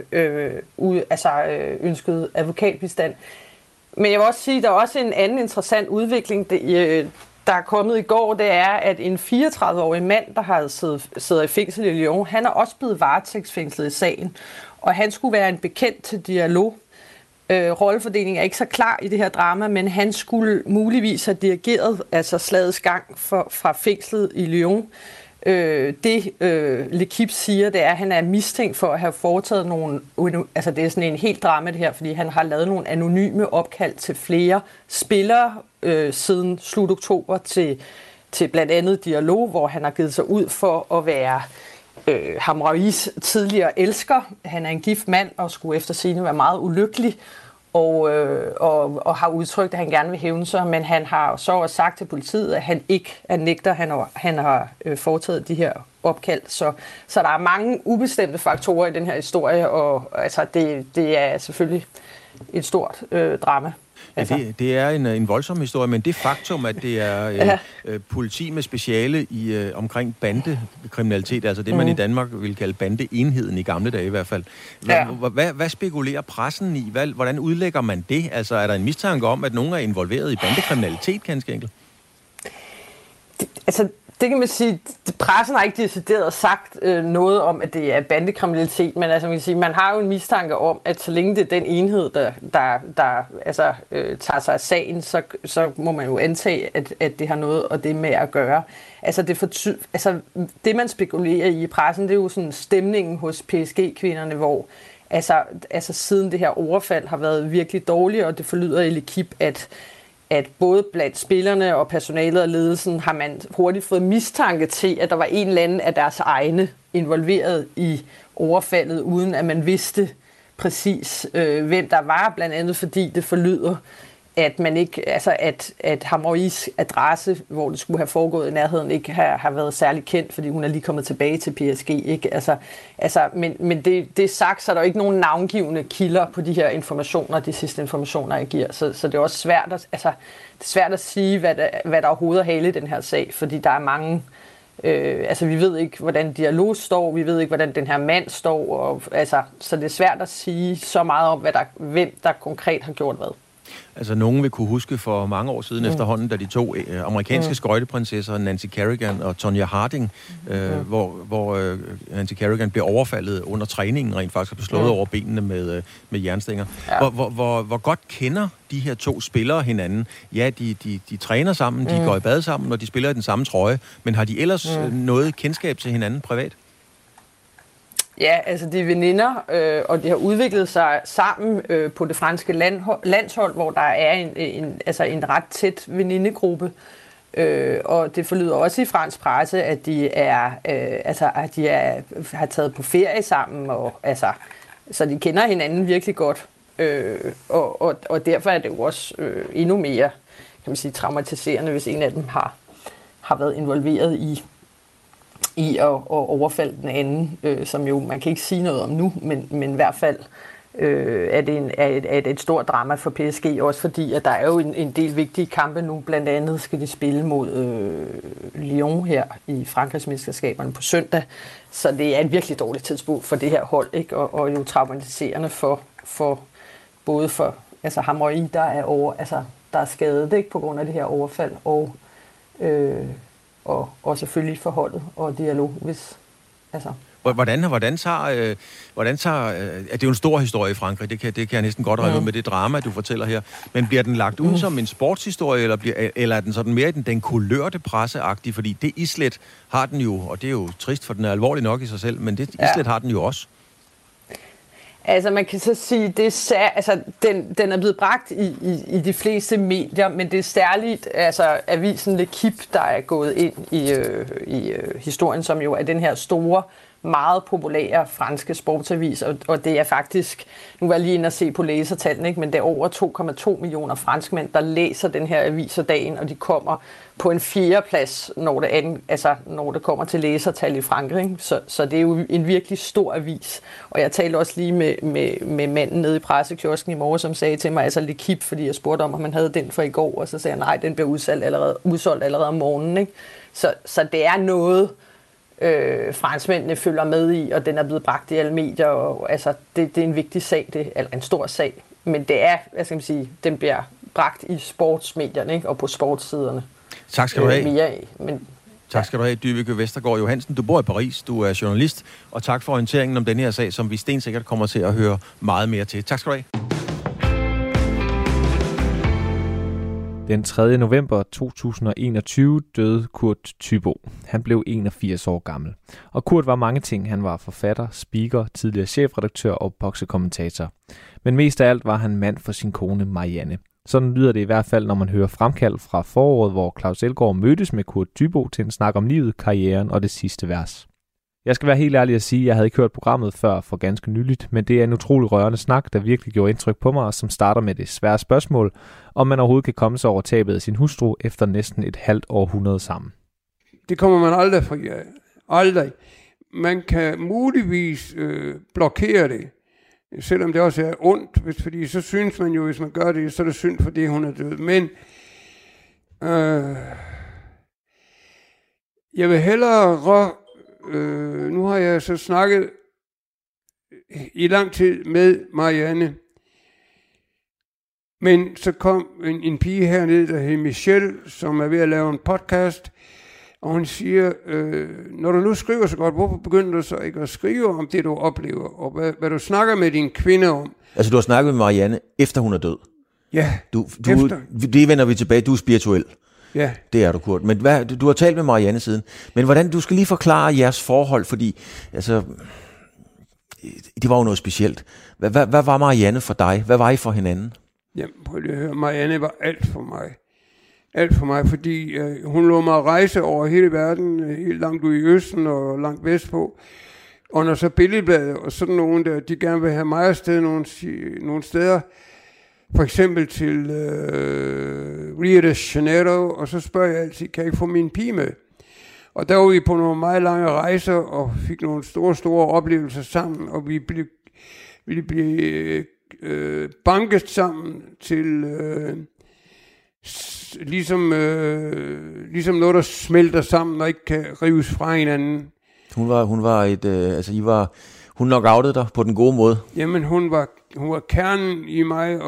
ønsket advokatbistand. Men jeg vil også sige, at der er også en anden interessant udvikling, der er kommet i går. Det er, at en 34-årig mand, der har siddet i fængsel i Lyon, han er også blevet varetægtsfængslet i sagen. Og han skulle være en bekendt til Diallo. Rollefordelingen er ikke så klar i det her drama, men han skulle muligvis have dirigeret slagets gang fra fængslet i Lyon. Det L'Equipe siger, det er, at han er mistænkt for at have foretaget nogle... Altså det er sådan en helt drama det her, fordi han har lavet nogle anonyme opkald til flere spillere siden slut oktober til blandt andet Diallo, hvor han har givet sig ud for at være Hamraois tidligere elsker. Han er en gift mand og skulle efter sigende være meget ulykkelig og har udtrykt, at han gerne vil hævne sig, men han har så også sagt til politiet, at han nægter, han har foretaget de her opkald. Så der er mange ubestemte faktorer i den her historie, og altså, det er selvfølgelig et stort drama. Ja, det er en voldsom historie, men det faktum, at det er politi med speciale omkring bandekriminalitet, altså det, man i Danmark ville kalde bandeenheden i gamle dage i hvert fald. Hvad spekulerer pressen i? Hvordan udlægger man det? Altså er der en mistanke om, at nogen er involveret i bandekriminalitet, ganske enkelt? Det kan man sige, pressen har ikke decideret sagt noget om, at det er bandekriminalitet, men altså, man kan sige, man har jo en mistanke om, at så længe det er den enhed, der tager sig af sagen, så må man jo antage, at det har noget og det med at gøre. Det man spekulerer i pressen, det er jo sådan stemningen hos PSG-kvinderne, hvor altså siden det her overfald har været virkelig dårligt, og det forlyder i L'Equipe, at både blandt spillerne og personalet og ledelsen har man hurtigt fået mistanke til, at der var en eller anden af deres egne involveret i overfaldet, uden at man vidste præcis, hvem der var, blandt andet fordi det forlyder, at man ikke, at Hamraois adresse, hvor det skulle have foregået i nærheden, ikke har været særlig kendt, fordi hun er lige kommet tilbage til PSG, ikke? Men det er sagt, så er der ikke nogen navngivende kilder på de her informationer, de sidste informationer, jeg giver. Så det er også svært at sige, hvad der overhovedet er hale i den her sag, fordi der er mange... vi ved ikke, hvordan Diallo står, vi ved ikke, hvordan den her mand står, så det er svært at sige så meget om, hvem der konkret har gjort hvad. Altså, nogen vil kunne huske for mange år siden efterhånden, da de to amerikanske skøjteprinsesser, Nancy Kerrigan og Tonya Harding, hvor Nancy Kerrigan blev overfaldet under træningen, rent faktisk blev slået over benene med jernstænger. Ja. Hvor godt kender de her to spillere hinanden? Ja, de træner sammen, de går i bad sammen, og de spiller i den samme trøje, men har de ellers noget kendskab til hinanden privat? Ja, altså de er veninder, og de har udviklet sig sammen på det franske landshold, hvor der er en ret tæt venindegruppe. Og det forlyder også i fransk presse, at de har taget på ferie sammen, og så de kender hinanden virkelig godt. Og derfor er det jo også endnu mere, kan man sige, traumatiserende, hvis en af dem har været involveret i at overfalde den anden, som jo, man kan ikke sige noget om nu, men i hvert fald er det et stort drama for PSG, også fordi, at der er jo en del vigtige kampe nu. Blandt andet skal de spille mod Lyon her i Frankrigs mesterskaberne på søndag, så det er et virkelig dårligt tidspunkt for det her hold, ikke? Og jo traumatiserende for både for Hamraoui, der er skadet, ikke, på grund af det her overfald, og selvfølgelig for holdet og Diallo, hvis... Hvordan tager... Det er jo en stor historie i Frankrig, det kan jeg næsten godt regne ud med det drama, du fortæller her. Men bliver den lagt ud som en sportshistorie, eller er den sådan mere den kulørte presseagtige? Fordi det islet har den jo, og det er jo trist, for den er alvorlig nok i sig selv, men det islet har den jo også. Altså, man kan så sige, det er den er blevet bragt i de fleste medier, men det er særligt avisen L'Équipe, der er gået ind i historien, som jo er den her store, meget populære franske sportsavis, og det er faktisk, nu var jeg lige inde og se på læsertallene, ikke? Men det er over 2,2 millioner franskmænd, der læser den her avis om dagen, og de kommer på en 4. plads, når det kommer til læsertal i Frankrig. Ikke? Så det er jo en virkelig stor avis. Og jeg talte også lige med manden nede i pressekiosken i morgen, som sagde til mig, L'Équipe, fordi jeg spurgte om man havde den for i går, og så sagde jeg, nej, den bliver udsolgt allerede om morgenen. Ikke? Så det er noget, franskmændene følger med i, og den er blevet bragt i alle medier, og det er en vigtig sag, eller en stor sag, men det er, den bliver bragt i sportsmedierne, ikke? Og på sportssiderne. Tak skal du have. Tak skal du have, Dyveke Vestergaard Johansen. Du bor i Paris, du er journalist, og tak for orienteringen om den her sag, som vi stensikkert kommer til at høre meget mere til. Tak skal du have. Den 3. november 2021 døde Kurt Thyboe. Han blev 81 år gammel. Og Kurt var mange ting. Han var forfatter, speaker, tidligere chefredaktør og boksekommentator. Men mest af alt var han mand for sin kone Marianne. Sådan lyder det i hvert fald, når man hører fremkald fra foråret, hvor Claus Elgaard mødtes med Kurt Thyboe til en snak om livet, karrieren og det sidste vers. Jeg skal være helt ærlig at sige, at jeg havde ikke hørt programmet før for ganske nyligt, men det er en utrolig rørende snak, der virkelig gjorde indtryk på mig, og som starter med det svære spørgsmål, om man overhovedet kan komme sig over tabet af sin hustru efter næsten et halvt århundrede sammen. Det kommer man aldrig fra. Aldrig. Man kan muligvis blokere det, selvom det også er ondt, fordi så synes man jo, hvis man gør det, så er det synd, fordi hun er død. Men jeg vil hellere... nu har jeg så snakket i lang tid med Marianne, men så kom en pige hernede, der hedder Michelle, som er ved at lave en podcast, og hun siger, når du nu skriver så godt, hvorfor begynder du så ikke at skrive om det, du oplever, og hvad du snakker med din kvinde om? Altså, du har snakket med Marianne, efter hun er død? Ja, efter. Det vender vi tilbage, du er spirituel. Ja. Det er du, Kurt. Men du har talt med Marianne siden. Men hvordan, du skal lige forklare jeres forhold, fordi det var jo noget specielt. Hvad var Marianne for dig? Hvad var I for hinanden? Jamen, prøv lige at høre. Marianne var alt for mig. Alt for mig, fordi hun lod mig rejse over hele verden, helt langt ud i Østen og langt vestpå. Og når så Billedbladet og sådan nogen der, de gerne vil have mig afsted nogle steder, for eksempel til Rio de Janeiro, og så spørger jeg altid, kan jeg ikke få min pige med? Og der var vi på nogle meget lange rejser, og fik nogle store oplevelser sammen, og vi blev banket sammen til ligesom noget, der smelter sammen og ikke kan rives fra hinanden. Hun knockoutede dig på den gode måde. Jamen, hun var kernen i mig,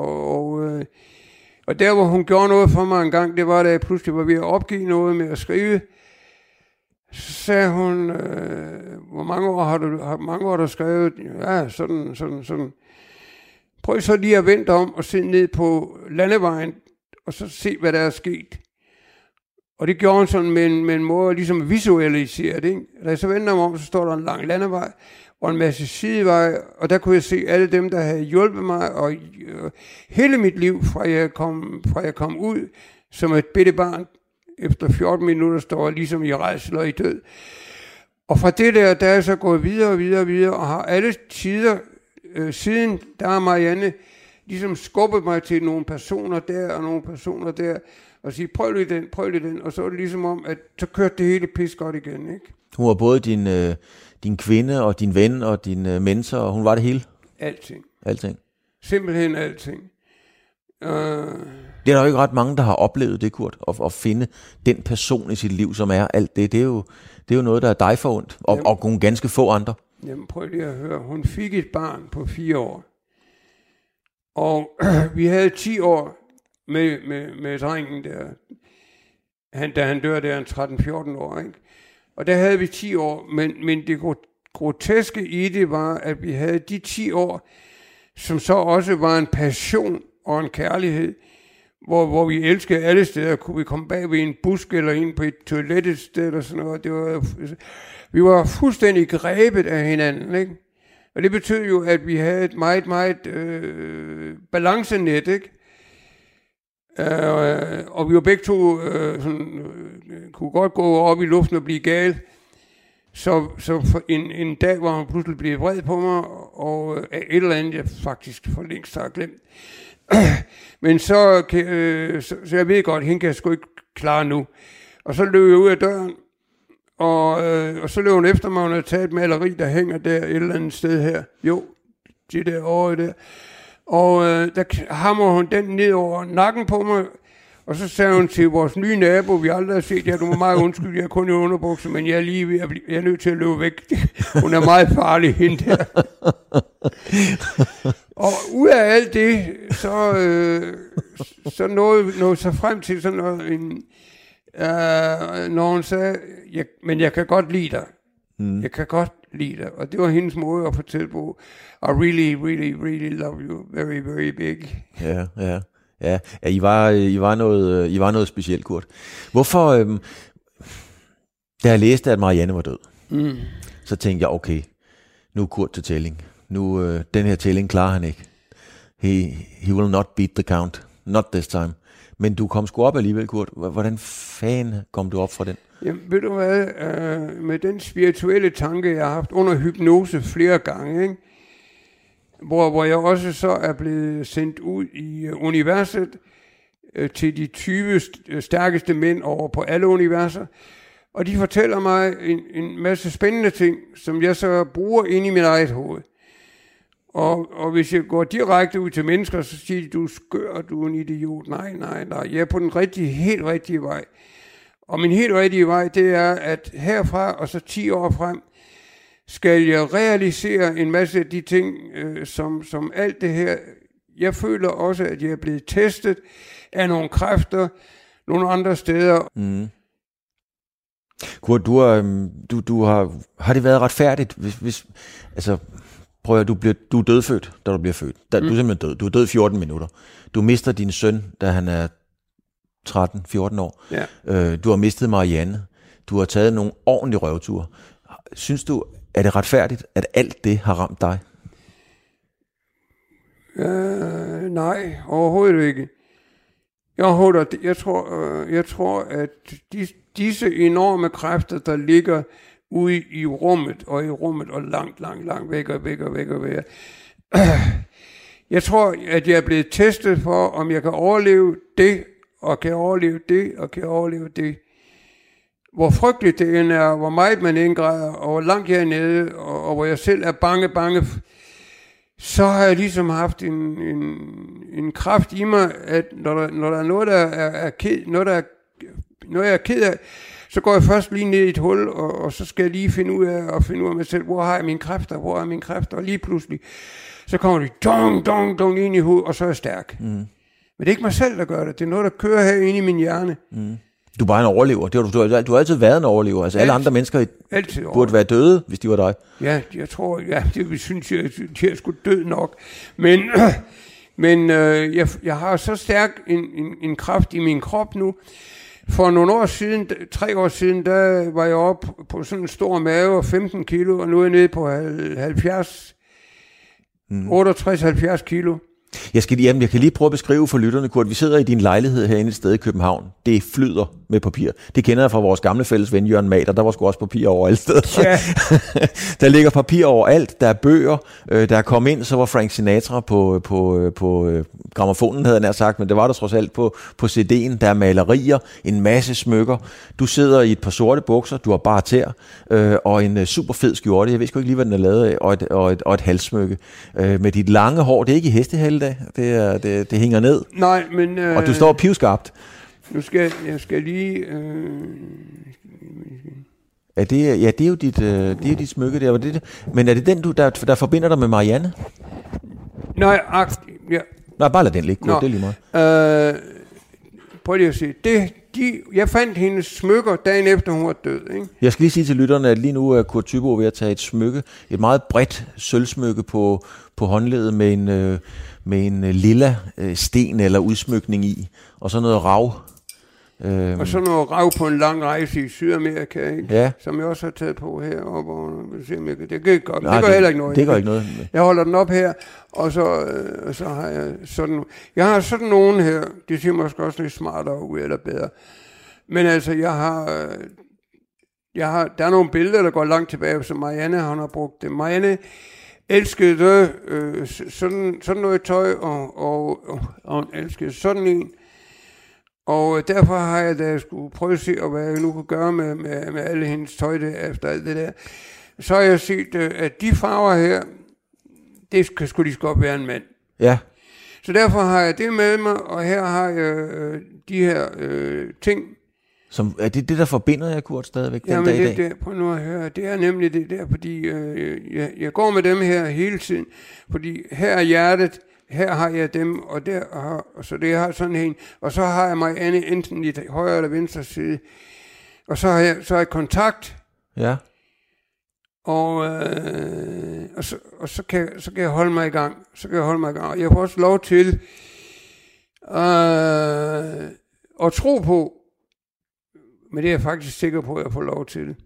og der, hvor hun gjorde noget for mig en gang, det var, da jeg pludselig var ved at opgive noget med at skrive. Så sagde hun, hvor mange år har du skrevet? Ja, sådan. Prøv så lige at vente om og se ned på landevejen, og så se, hvad der er sket. Og det gjorde hun sådan med en måde ligesom at visualisere det. Ikke? Da jeg så vendte om, så står der en lang landevej og en masse sideveje, og der kunne jeg se alle dem, der havde hjulpet mig, og hele mit liv, fra jeg kom ud som et bitte barn, efter 14 minutter står jeg ligesom i rædsel og i død. Og fra det der er jeg så gået videre, og har alle tider siden, der har Marianne ligesom skubbet mig til nogle personer der, og nogle personer der, og sige, prøv lige den, og så er det ligesom om, at så kørte det hele pis godt igen, ikke? Hun var både din kvinde, og din ven, og din mentor, og hun var det hele? Alting. Simpelthen alting. Det er der jo ikke ret mange, der har oplevet det, Kurt, at finde den person i sit liv, som er alt det. Det er jo noget, der er dig forundt, og nogle ganske få andre. Jamen, prøv lige at høre. Hun fik et barn på 4 år, og vi havde 10 år med drengen der. Da han dør, der er en 13-14 år, ikke? Og der havde vi 10 år, men det groteske i det var, at vi havde de 10 år, som så også var en passion og en kærlighed, hvor vi elskede alle steder. Kunne vi komme bag ved en busk eller ind på et toilet et sted eller sådan noget. Vi var fuldstændig grebet af hinanden, ikke? Og det betød jo, at vi havde et meget, meget balancenet, ikke? Og vi var begge to kunne godt gå op i luften og blive gale. Så for en dag, hvor han pludselig blev vred på mig, og et eller andet, jeg faktisk for længst har glemt. Men så jeg ved godt, hende kan jeg sgu ikke klare nu. Og så løb jeg ud af døren, og så løb hun efter mig, og hun havde taget et maleri, der hænger der et eller andet sted her. Jo, det der over der. Og der hammer hun den ned over nakken på mig, og så sagde hun til vores nye nabo, vi aldrig har set, ja, du må meget undskylde, jeg er kun i underbukser, men jeg er lige ved jeg er nødt til at løbe væk. Hun er meget farlig, hende der. Og ud af alt det, så nåede så frem til sådan noget, når hun sagde, men jeg kan godt lide dig. Jeg kan godt lide dig. Og det var hendes måde at fortælle på, I really, really, really love you very, very big. Ja, I var noget specielt, Kurt. Hvorfor, da jeg læste, at Marianne var død, så tænkte jeg, okay, nu er Kurt til tælling. Nu, den her tælling klarer han ikke. He will not beat the count. Not this time. Men du kom sgu op alligevel, Kurt. Hvordan fanden kom du op fra den? Jamen, ved du hvad? Med den spirituelle tanke, jeg har haft under hypnose flere gange, ikke? Hvor jeg også så er blevet sendt ud i universet til de 20 stærkeste mænd over på alle universer. Og de fortæller mig en masse spændende ting, som jeg så bruger inde i mit eget hoved. Og hvis jeg går direkte ud til mennesker, så siger de, du er skør, du er en idiot. Nej, jeg er på den helt rigtige vej. Og min helt rigtige vej, det er, at herfra og så 10 år frem, skal jeg realisere en masse af de ting, som alt det her. Jeg føler også, at jeg er blevet testet af nogle kræfter, nogle andre steder. Mm. Kurt, har det været retfærdigt, hvis altså, prøv at du er dødfødt, da du bliver født. Du er simpelthen død. Du er død 14 minutter. Du mister din søn, da han er 13-14 år. Ja. Du har mistet Marianne. Du har taget nogle ordentlige røvture. Synes du, er det retfærdigt, at alt det har ramt dig? Nej, overhovedet ikke. Jeg tror, at disse enorme kræfter, der ligger ude i rummet og langt væk. Jeg tror, at jeg er blevet testet for, om jeg kan overleve det, og kan overleve det, og kan overleve det. Hvor frygteligt det end er, hvor meget man indgræder, og hvor langt jeg er nede, og hvor jeg selv er bange, så har jeg ligesom haft en kraft i mig, at når der er noget, der er ked, noget jeg er ked af, så går jeg først lige ned i et hul, og så skal jeg lige finde ud af mig selv, hvor har jeg mine kræfter, og lige pludselig, så kommer de dong ind i hovedet, og så er jeg stærk. Mm. Men det er ikke mig selv, der gør det. Det er noget, der kører herinde i min hjerne. Mm. Du er bare en overlever. Du har altid været en overlever. Altså alle andre mennesker burde være døde, hvis de var dig. Ja, jeg tror, det synes jeg, de er sgu død nok. Men jeg har så stærk en kraft i min krop nu. For nogle år siden, 3 år siden, der var jeg oppe på sådan en stor mave, 15 kilo, og nu er jeg nede på 68-70 kilo. Jeg kan lige prøve at beskrive for lytterne, Kurt. Vi sidder i din lejlighed herinde et sted i København. Det flyder med papir. Det kender jeg fra vores gamle fælles ven Jørgen Mader. Der var sgu også papir over alle steder. Ja. Der ligger papir over alt. Der er bøger. Der er kommet ind, så var Frank Sinatra på grammofonen, havde jeg nær sagt, men det var der trods alt på CD'en. Der er malerier, en masse smykker. Du sidder i et par sorte bukser. Du har bare tæer og en super fed skjorte. Jeg ved sgu ikke lige, hvad den er lavet af. Og et halssmykke. Med dit lange hår. Det er ikke i hestehale. Det hænger ned. Nej, men... og du står pivskarpt. Nu skal jeg lige... det er jo dit smykke der. Men er det den, der forbinder dig med Marianne? Nej, ja. Nej, bare lad den ligge. Det er lige meget. Prøv lige at se. Jeg fandt hendes smykker dagen efter, hun var død. Ikke? Jeg skal lige sige til lytterne, at lige nu er Kurt Thyboe ved at tage et smykke, et meget bredt sølvsmykke på håndledet med en lilla sten eller udsmykning i, og så noget Og så noget rav på en lang rejse i Sydamerika, ikke? Ja. Som jeg også har taget på heroppe. Det gør ikke godt. Nej, det gør heller ikke noget. Det gør ikke noget. Jeg holder den op her, og så har jeg sådan... Jeg har sådan nogen her, det ser måske også lidt smartere ud eller bedre. Men altså, der er nogle billeder, der går langt tilbage, som Marianne har brugt det. Marianne elskede sådan noget tøj, og hun elskede sådan en. Og derfor har jeg, da jeg skulle prøve at se, hvad jeg nu kunne gøre med alle hendes tøj efter alt det der, så har jeg set, at de farver her, det skulle lige så godt være en mand. Ja. Så derfor har jeg det med mig, og her har jeg de her ting. Som, er det det, der forbinder jeg, Kurt, stadigvæk den dag i dag? Prøv nu at høre. Det er nemlig det der, fordi jeg går med dem her hele tiden. Fordi her er hjertet, her har jeg dem, og der, og så det har sådan en. Og så har jeg Marianne enten i højre eller venstre side. Og så har jeg kontakt. Ja. Og så kan jeg holde mig i gang. Og jeg får også lov til at tro på, men det er jeg faktisk sikker på, at jeg får lov til.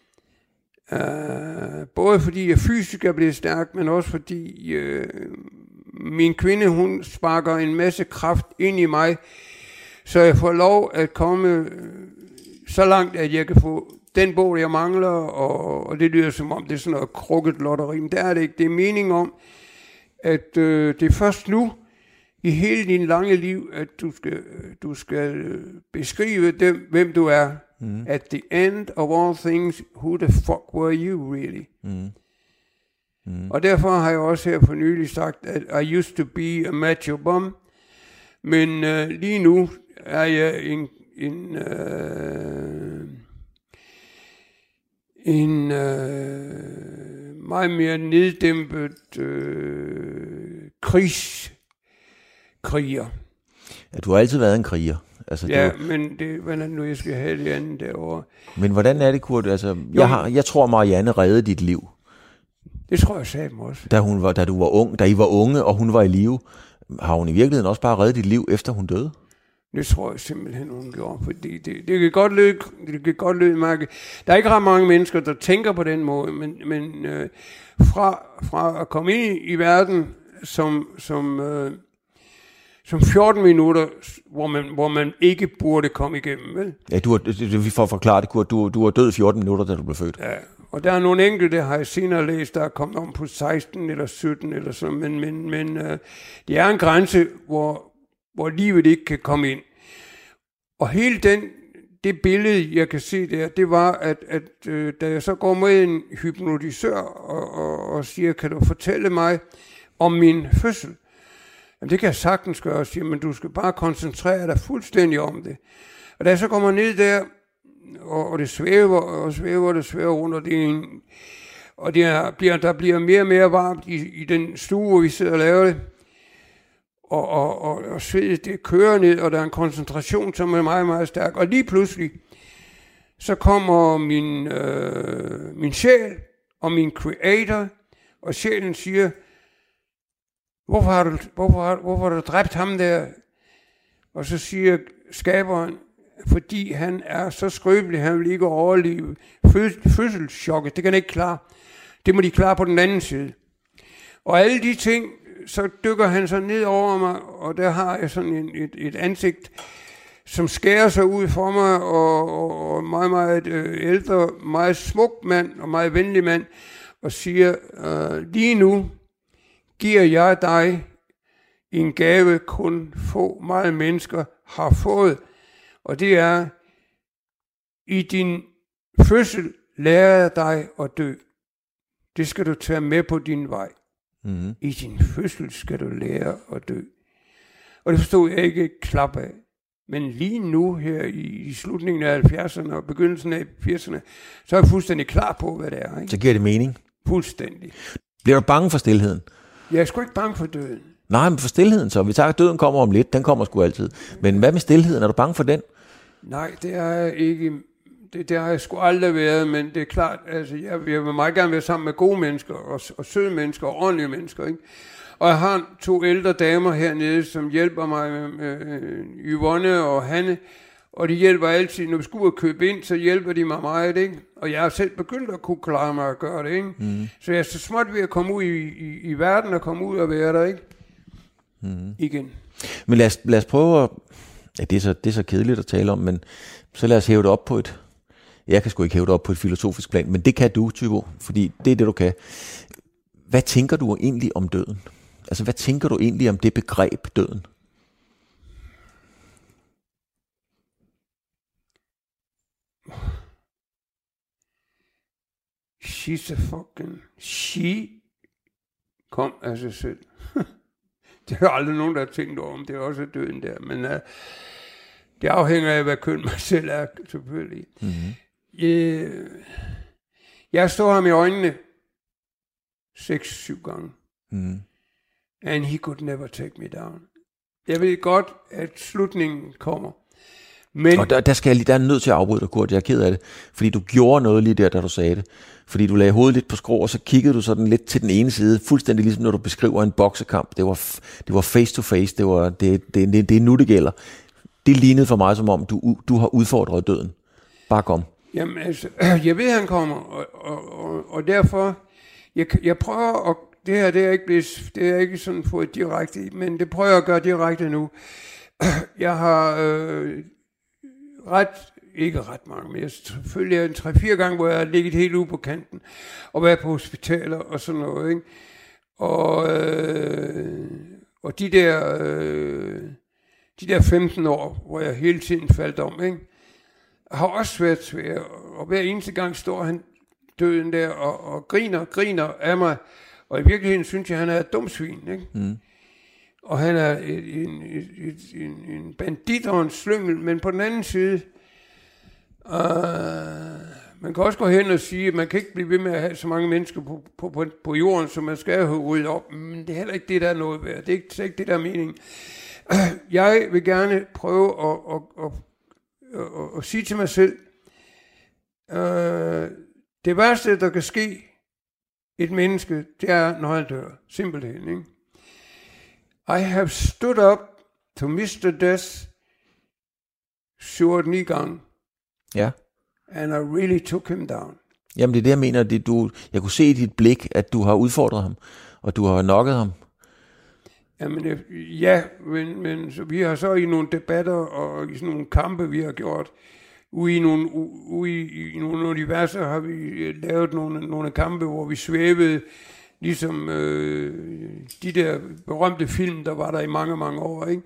Både fordi jeg fysisk er blevet stærk, men også fordi min kvinde, hun sparker en masse kraft ind i mig, så jeg får lov at komme så langt, at jeg kan få den bog, jeg mangler, og det lyder som om, det er sådan noget krukket lotteri, men det er det ikke. Det er meningen om, at det er først nu, i hele din lange liv, at du skal beskrive hvem du er. Mm. At the end of all things, who the fuck were you really? Mm. Mm. Og derfor har jeg også her for nylig sagt, at I used to be a macho bum, men lige nu er jeg en meget mere neddæmpet kriger. Ja, du har altid været en kriger. Altså, ja, men hvordan nu jeg skal have det andet derovre. Men hvordan er det, Kurt? Altså, jeg tror, Marianne reddede dit liv. Det tror jeg sagde mig også. Da du var ung, da I var unge, og hun var i live, har hun i virkeligheden også bare reddet dit liv, efter hun døde? Det tror jeg simpelthen, hun gjorde, fordi det kan godt lyde, Marke. Der er ikke ret mange mennesker, der tænker på den måde, men fra at komme ind i verden som 14 minutter, hvor man ikke burde komme igennem, vel? Ja, vi får forklaret det, Kurt. Du var død 14 minutter, da du blev født. Ja, og der er nogle enkelte, har jeg senere læst, der er kommet om på 16 eller 17 eller sådan, men det er en grænse, hvor livet ikke kan komme ind. Og hele det billede, jeg kan se der, det var, at da jeg så går med en hypnotisør og siger, kan du fortælle mig om min fødsel? Jamen, det kan jeg sagtens gøre, og siger, men du skal bare koncentrere dig fuldstændig om det. Og da jeg så kommer ned der, og det svæver rundt, og der bliver mere og mere varmt i den stue, hvor vi sidder og laver det. Og svedet, det kører ned, og der er en koncentration, som er meget, meget stærk. Og lige pludselig, så kommer min sjæl og min creator, og sjælen siger, hvorfor har du dræbt ham der? Og så siger skaberen, fordi han er så skrøbelig, han vil ikke overleve fødselschokket, det kan han ikke klare. Det må de klare på den anden side. Og alle de ting, så dykker han så ned over mig, og der har jeg sådan et ansigt, som skærer sig ud for mig, og meget, meget ældre, meget smuk mand, og meget venlig mand, og siger, lige nu giver jeg dig en gave, kun få meget mennesker har fået, og det er, i din fødsel lærer jeg dig at dø. Det skal du tage med på din vej. Mm-hmm. I din fødsel skal du lære at dø. Og det forstod jeg ikke et klap af. Men lige nu her i slutningen af 70'erne og begyndelsen af 80'erne, så er jeg fuldstændig klar på, hvad det er. Ikke? Så giver det mening? Fuldstændig. Bliver du bange for stilheden? Jeg er sgu ikke bange for døden. Nej, men for stilheden så. Vi tager, at døden kommer om lidt. Den kommer sgu altid. Men hvad med stilheden? Er du bange for den? Nej, det er jeg ikke. Det har jeg sgu aldrig været, men det er klart, altså jeg vil meget gerne være sammen med gode mennesker, og søde mennesker, og ordentlige mennesker, ikke? Og jeg har 2 ældre damer hernede, som hjælper mig med Yvonne og Hanne, Og de hjælper altid, når vi skal ud og købe ind, så hjælper de mig meget, ikke? Og jeg har selv begyndt at kunne klare mig at gøre det, ikke? Så jeg er så småt ved at komme ud i verden og komme ud og være der, ikke? Igen. Men lad os prøve at... Ja, det er så kedeligt at tale om, men så lad os hæve det op på et... Jeg kan sgu ikke hæve det op på et filosofisk plan, men det kan du, Tybo, fordi det er det, du kan. Hvad tænker du egentlig om døden? Altså, hvad tænker du egentlig om det begreb, døden? She kom af sig selv. Det er aldrig nogen, der har tænkt over, om det er også døden der, men det afhænger af, hvad køn mig selv er, selvfølgelig. Jeg står ham i øjnene 6-7 gange. And he could never take me down. Jeg ved godt, at slutningen kommer. Men... Og der er nødt til at afbryde dig, Kurt. Jeg er ked af det. Fordi du gjorde noget lige der, da du sagde det. Fordi du lagde hovedet lidt på skrå, og så kiggede du sådan lidt til den ene side. Fuldstændig ligesom når du beskriver en boksekamp. Det var face to face. Det er nu, det gælder. Det lignede for mig som om, du har udfordret døden. Bare kom. Jamen altså, jeg ved, han kommer. Og derfor, jeg prøver at... Det her, det er ikke sådan fået direkte, men det prøver jeg at gøre direkte nu. Jeg har ikke ret mange, men jeg selvfølgelig en 3-4 gange, hvor jeg har ligget helt ude på kanten, og været på hospitaler og sådan noget, ikke? Og de der 15 år, hvor jeg hele tiden faldt om, ikke? Har også været svært, og hver eneste gang står han døden der og griner af mig, og i virkeligheden synes jeg, han er et dumt svin, ikke? Og han er en bandit og en slyngel, men på den anden side, man kan også gå hen og sige, at man kan ikke blive ved med at have så mange mennesker på jorden, som man skal have ryddet op, men det er heller ikke det, der er noget værd. Det er ikke det, der er meningen. Jeg vil gerne prøve at sige til mig selv, det værste, der kan ske et menneske, det er, når han dør. Simpelthen, ikke? I have stood up to Mr. Death 7-9 gange. Ja. And I really took him down. Jamen det er det, jeg mener. Jeg kunne se i dit blik, at du har udfordret ham, og du har knocket ham. Jamen ja, men så vi har så i nogle debatter og i sådan nogle kampe, vi har gjort, ude i nogle universer har vi lavet nogle kampe, hvor vi svævede, ligesom de der berømte film, der var der i mange, mange år, ikke?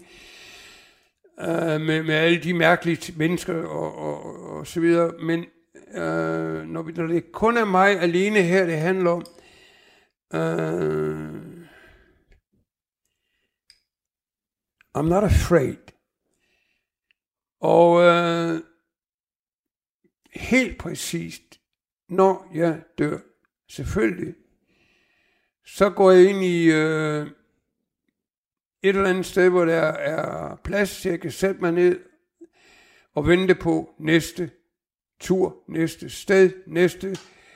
Med alle de mærkelige mennesker og så videre. Men når det kun er mig alene her, det handler om, I'm not afraid. Og helt præcist, når jeg dør, selvfølgelig, så går jeg ind i et eller andet sted, hvor der er plads, så jeg kan sætte mig ned og vente på næste tur, næste sted, næste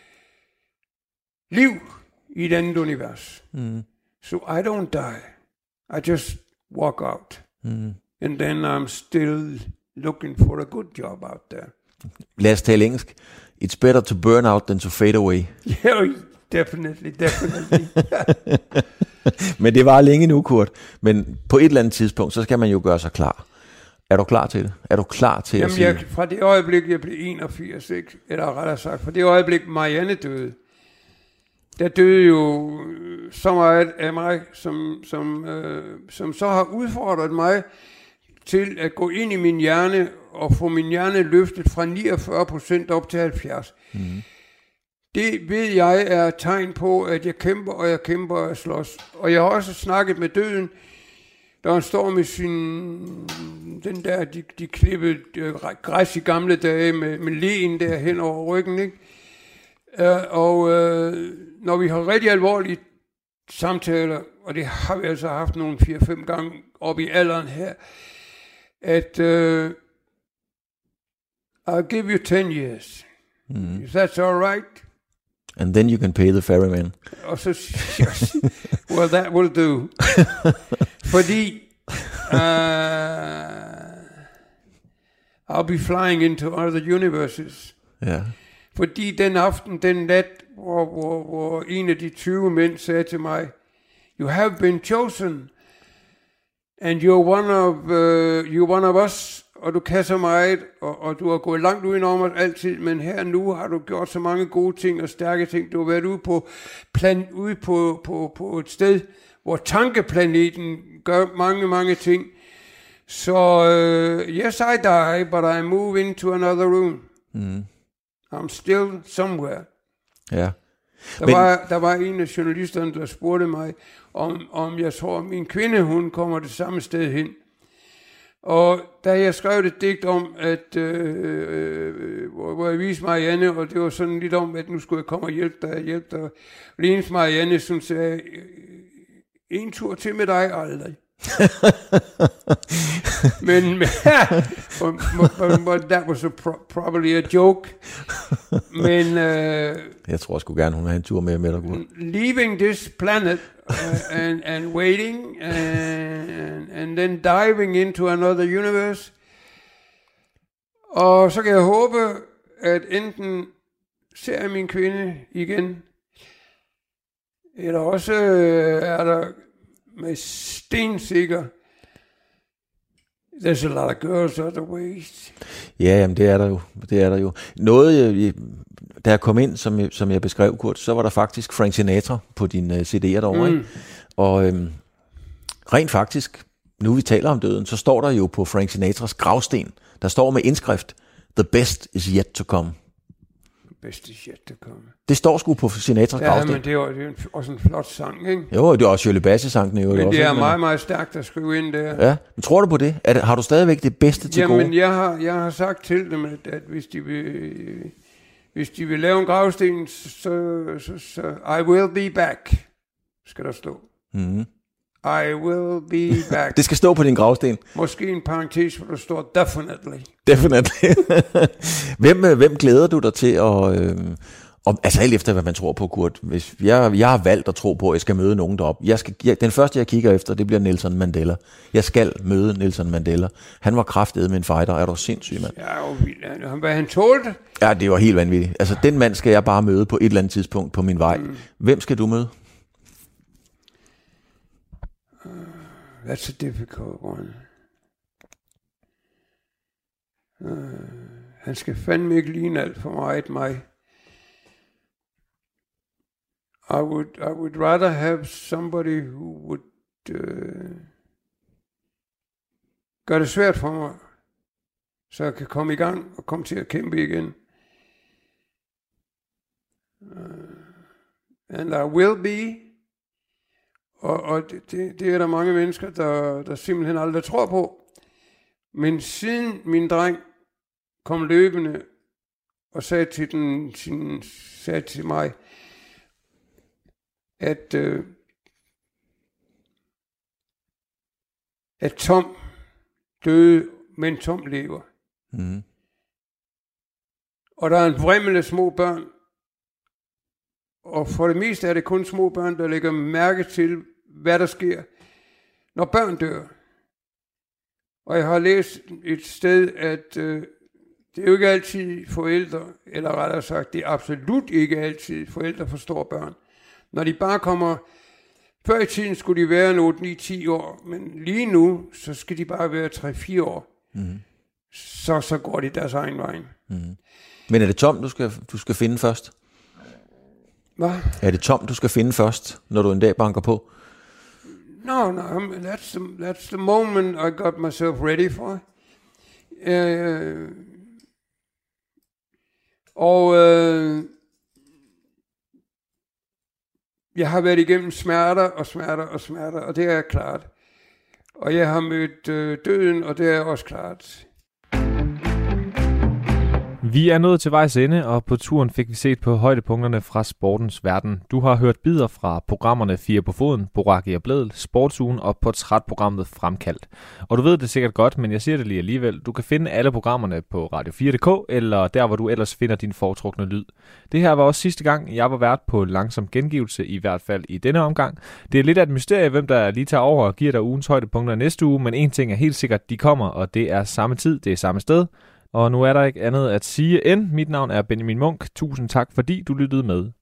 liv i et andet univers. So I don't die. I just walk out. And then I'm still looking for a good job out there. Lad os tale engelsk. It's better to burn out than to fade away. Yeah, definitely. Men det var længe nu, Kurt. Men på et eller andet tidspunkt, så skal man jo gøre sig klar. Er du klar til det? Er du klar til at sige... Fra det øjeblik, jeg blev 81, ikke? Eller rettere sagt, fra det øjeblik, Marianne døde, der døde jo så meget af mig, som så har udfordret mig til at gå ind i min hjerne og få min hjerne løftet fra 49% op til 70%. Det ved jeg er et tegn på, at jeg kæmper, og jeg kæmper og jeg slås. Og jeg har også snakket med døden, da han står med den der, de klippede græs i gamle dage med len der hen over ryggen, ikke? Når vi har rigtig alvorlige samtaler, og det har vi altså haft nogle 4-5 gange op i alderen her, at I'll give you 10 years. Is that all right? And then you can pay the ferryman. Og så well, that will do. Fordi I'll be flying into other universes. Ja. Fordi den aften, den nat, hvor en af de 20 mænd sagde til mig, you have been chosen, and you're one of us, og du kan så meget, og du har gået langt udenom os altid, men her nu har du gjort så mange gode ting og stærke ting. Du har været ude på et sted, hvor tankeplaneten gør mange, mange ting. Så yes, I die, but I move into another room. Mm. I'm still somewhere. Ja. Der var en af journalisterne, der spurgte mig, om jeg tror, min kvinde, hun kommer det samme sted hen. Og da jeg skrev et digt om, at hvor jeg viste Marianne, og det var sådan lidt om, at nu skulle jeg komme og hjælpe dig. Og det eneste Marianne, som sagde, en tur til med dig aldrig. men that was probably a joke. Men jeg tror sgu gerne, hun vil have en tur med dig. Leaving this planet and waiting and then diving into another universe. Og så kan jeg håbe, at enten ser jeg min kvinde igen, eller også er der med stensikker, there's a lot of girls other ways. Ja, jamen det er der jo. Noget, da jeg kom ind, som jeg beskrev, Kurt, så var der faktisk Frank Sinatra på dine CD'er derovre. Mm. Og rent faktisk, nu vi taler om døden, så står der jo på Frank Sinatras gravsten, der står med indskrift, the best is yet to come. Best is yet to come. Det står sgu på Sinatras gravsten. Ja, men det er jo også en flot sang, ikke? Jo, det er også Shirley Bassey-sangen. Men det er meget, meget stærkt at skrive ind der. Ja, men tror du på det? Har du stadigvæk det bedste til gode? Jamen, jeg har sagt til dem, at hvis de vil lave en gravsten, så I will be back, skal der stå. Mm-hmm. I will be back. Det skal stå på din gravsten. Måske en parentes, hvor der står definitely. Definitely. Hvem glæder du dig til at... altså alt efter, hvad man tror på, Kurt. Hvis jeg har valgt at tro på, at jeg skal møde nogen deroppe. Den første, jeg kigger efter, det bliver Nelson Mandela. Jeg skal møde Nelson Mandela. Han var kraftedeme en fighter. Er du sindssyg, mand? Ja, hvad han tålte. Ja, det var helt vanvittigt. Altså, den mand skal jeg bare møde på et eller andet tidspunkt på min vej. Hvem skal du møde? That's a difficult one. Han skal fandme ikke ligne alt for meget mig. I would rather have somebody who would gøre det svært for mig, så jeg kan komme i gang og komme til at kæmpe igen. And I will be. Og det er der mange mennesker, der simpelthen aldrig tror på. Men siden min dreng kom løbende og sagde til mig, at Tom døde, men Tom lever. Mm. Og der er en vrimmel af små børn, og for det meste er det kun små børn, der lægger mærke til, hvad der sker, når børn dør. Og jeg har læst et sted, at det er jo ikke altid forældre, eller rettere sagt, det er absolut ikke altid forældre forstår børn. Når de bare kommer, før i tiden skulle de være 8-9-10 år, men lige nu, så skal de bare være 3-4 år. Mm. Så går de deres egen vej. Mm. Men er det Tom, du skal finde først? Hvad? Er det Tom, du skal finde først, når du en dag banker på? No, that's the moment I got myself ready for. Jeg har været igennem smerter, og det er klart. Og jeg har mødt døden, og det er også klart. Vi er nået til vejs ende, og på turen fik vi set på højdepunkterne fra sportens verden. Du har hørt bidder fra programmerne 4 på foden, Boraki og Blædel, Sportsugen og portrætprogrammet Fremkaldt. Og du ved det sikkert godt, men jeg siger det lige alligevel. Du kan finde alle programmerne på radio4.dk, eller der, hvor du ellers finder din foretrukne lyd. Det her var også sidste gang, jeg var vært på langsom gengivelse, i hvert fald i denne omgang. Det er lidt af et mysterie, hvem der lige tager over og giver dig ugens højdepunkter næste uge, men en ting er helt sikkert, de kommer, og det er samme tid, det er samme sted. Og nu er der ikke andet at sige end, mit navn er Benjamin Munk. Tusind tak, fordi du lyttede med.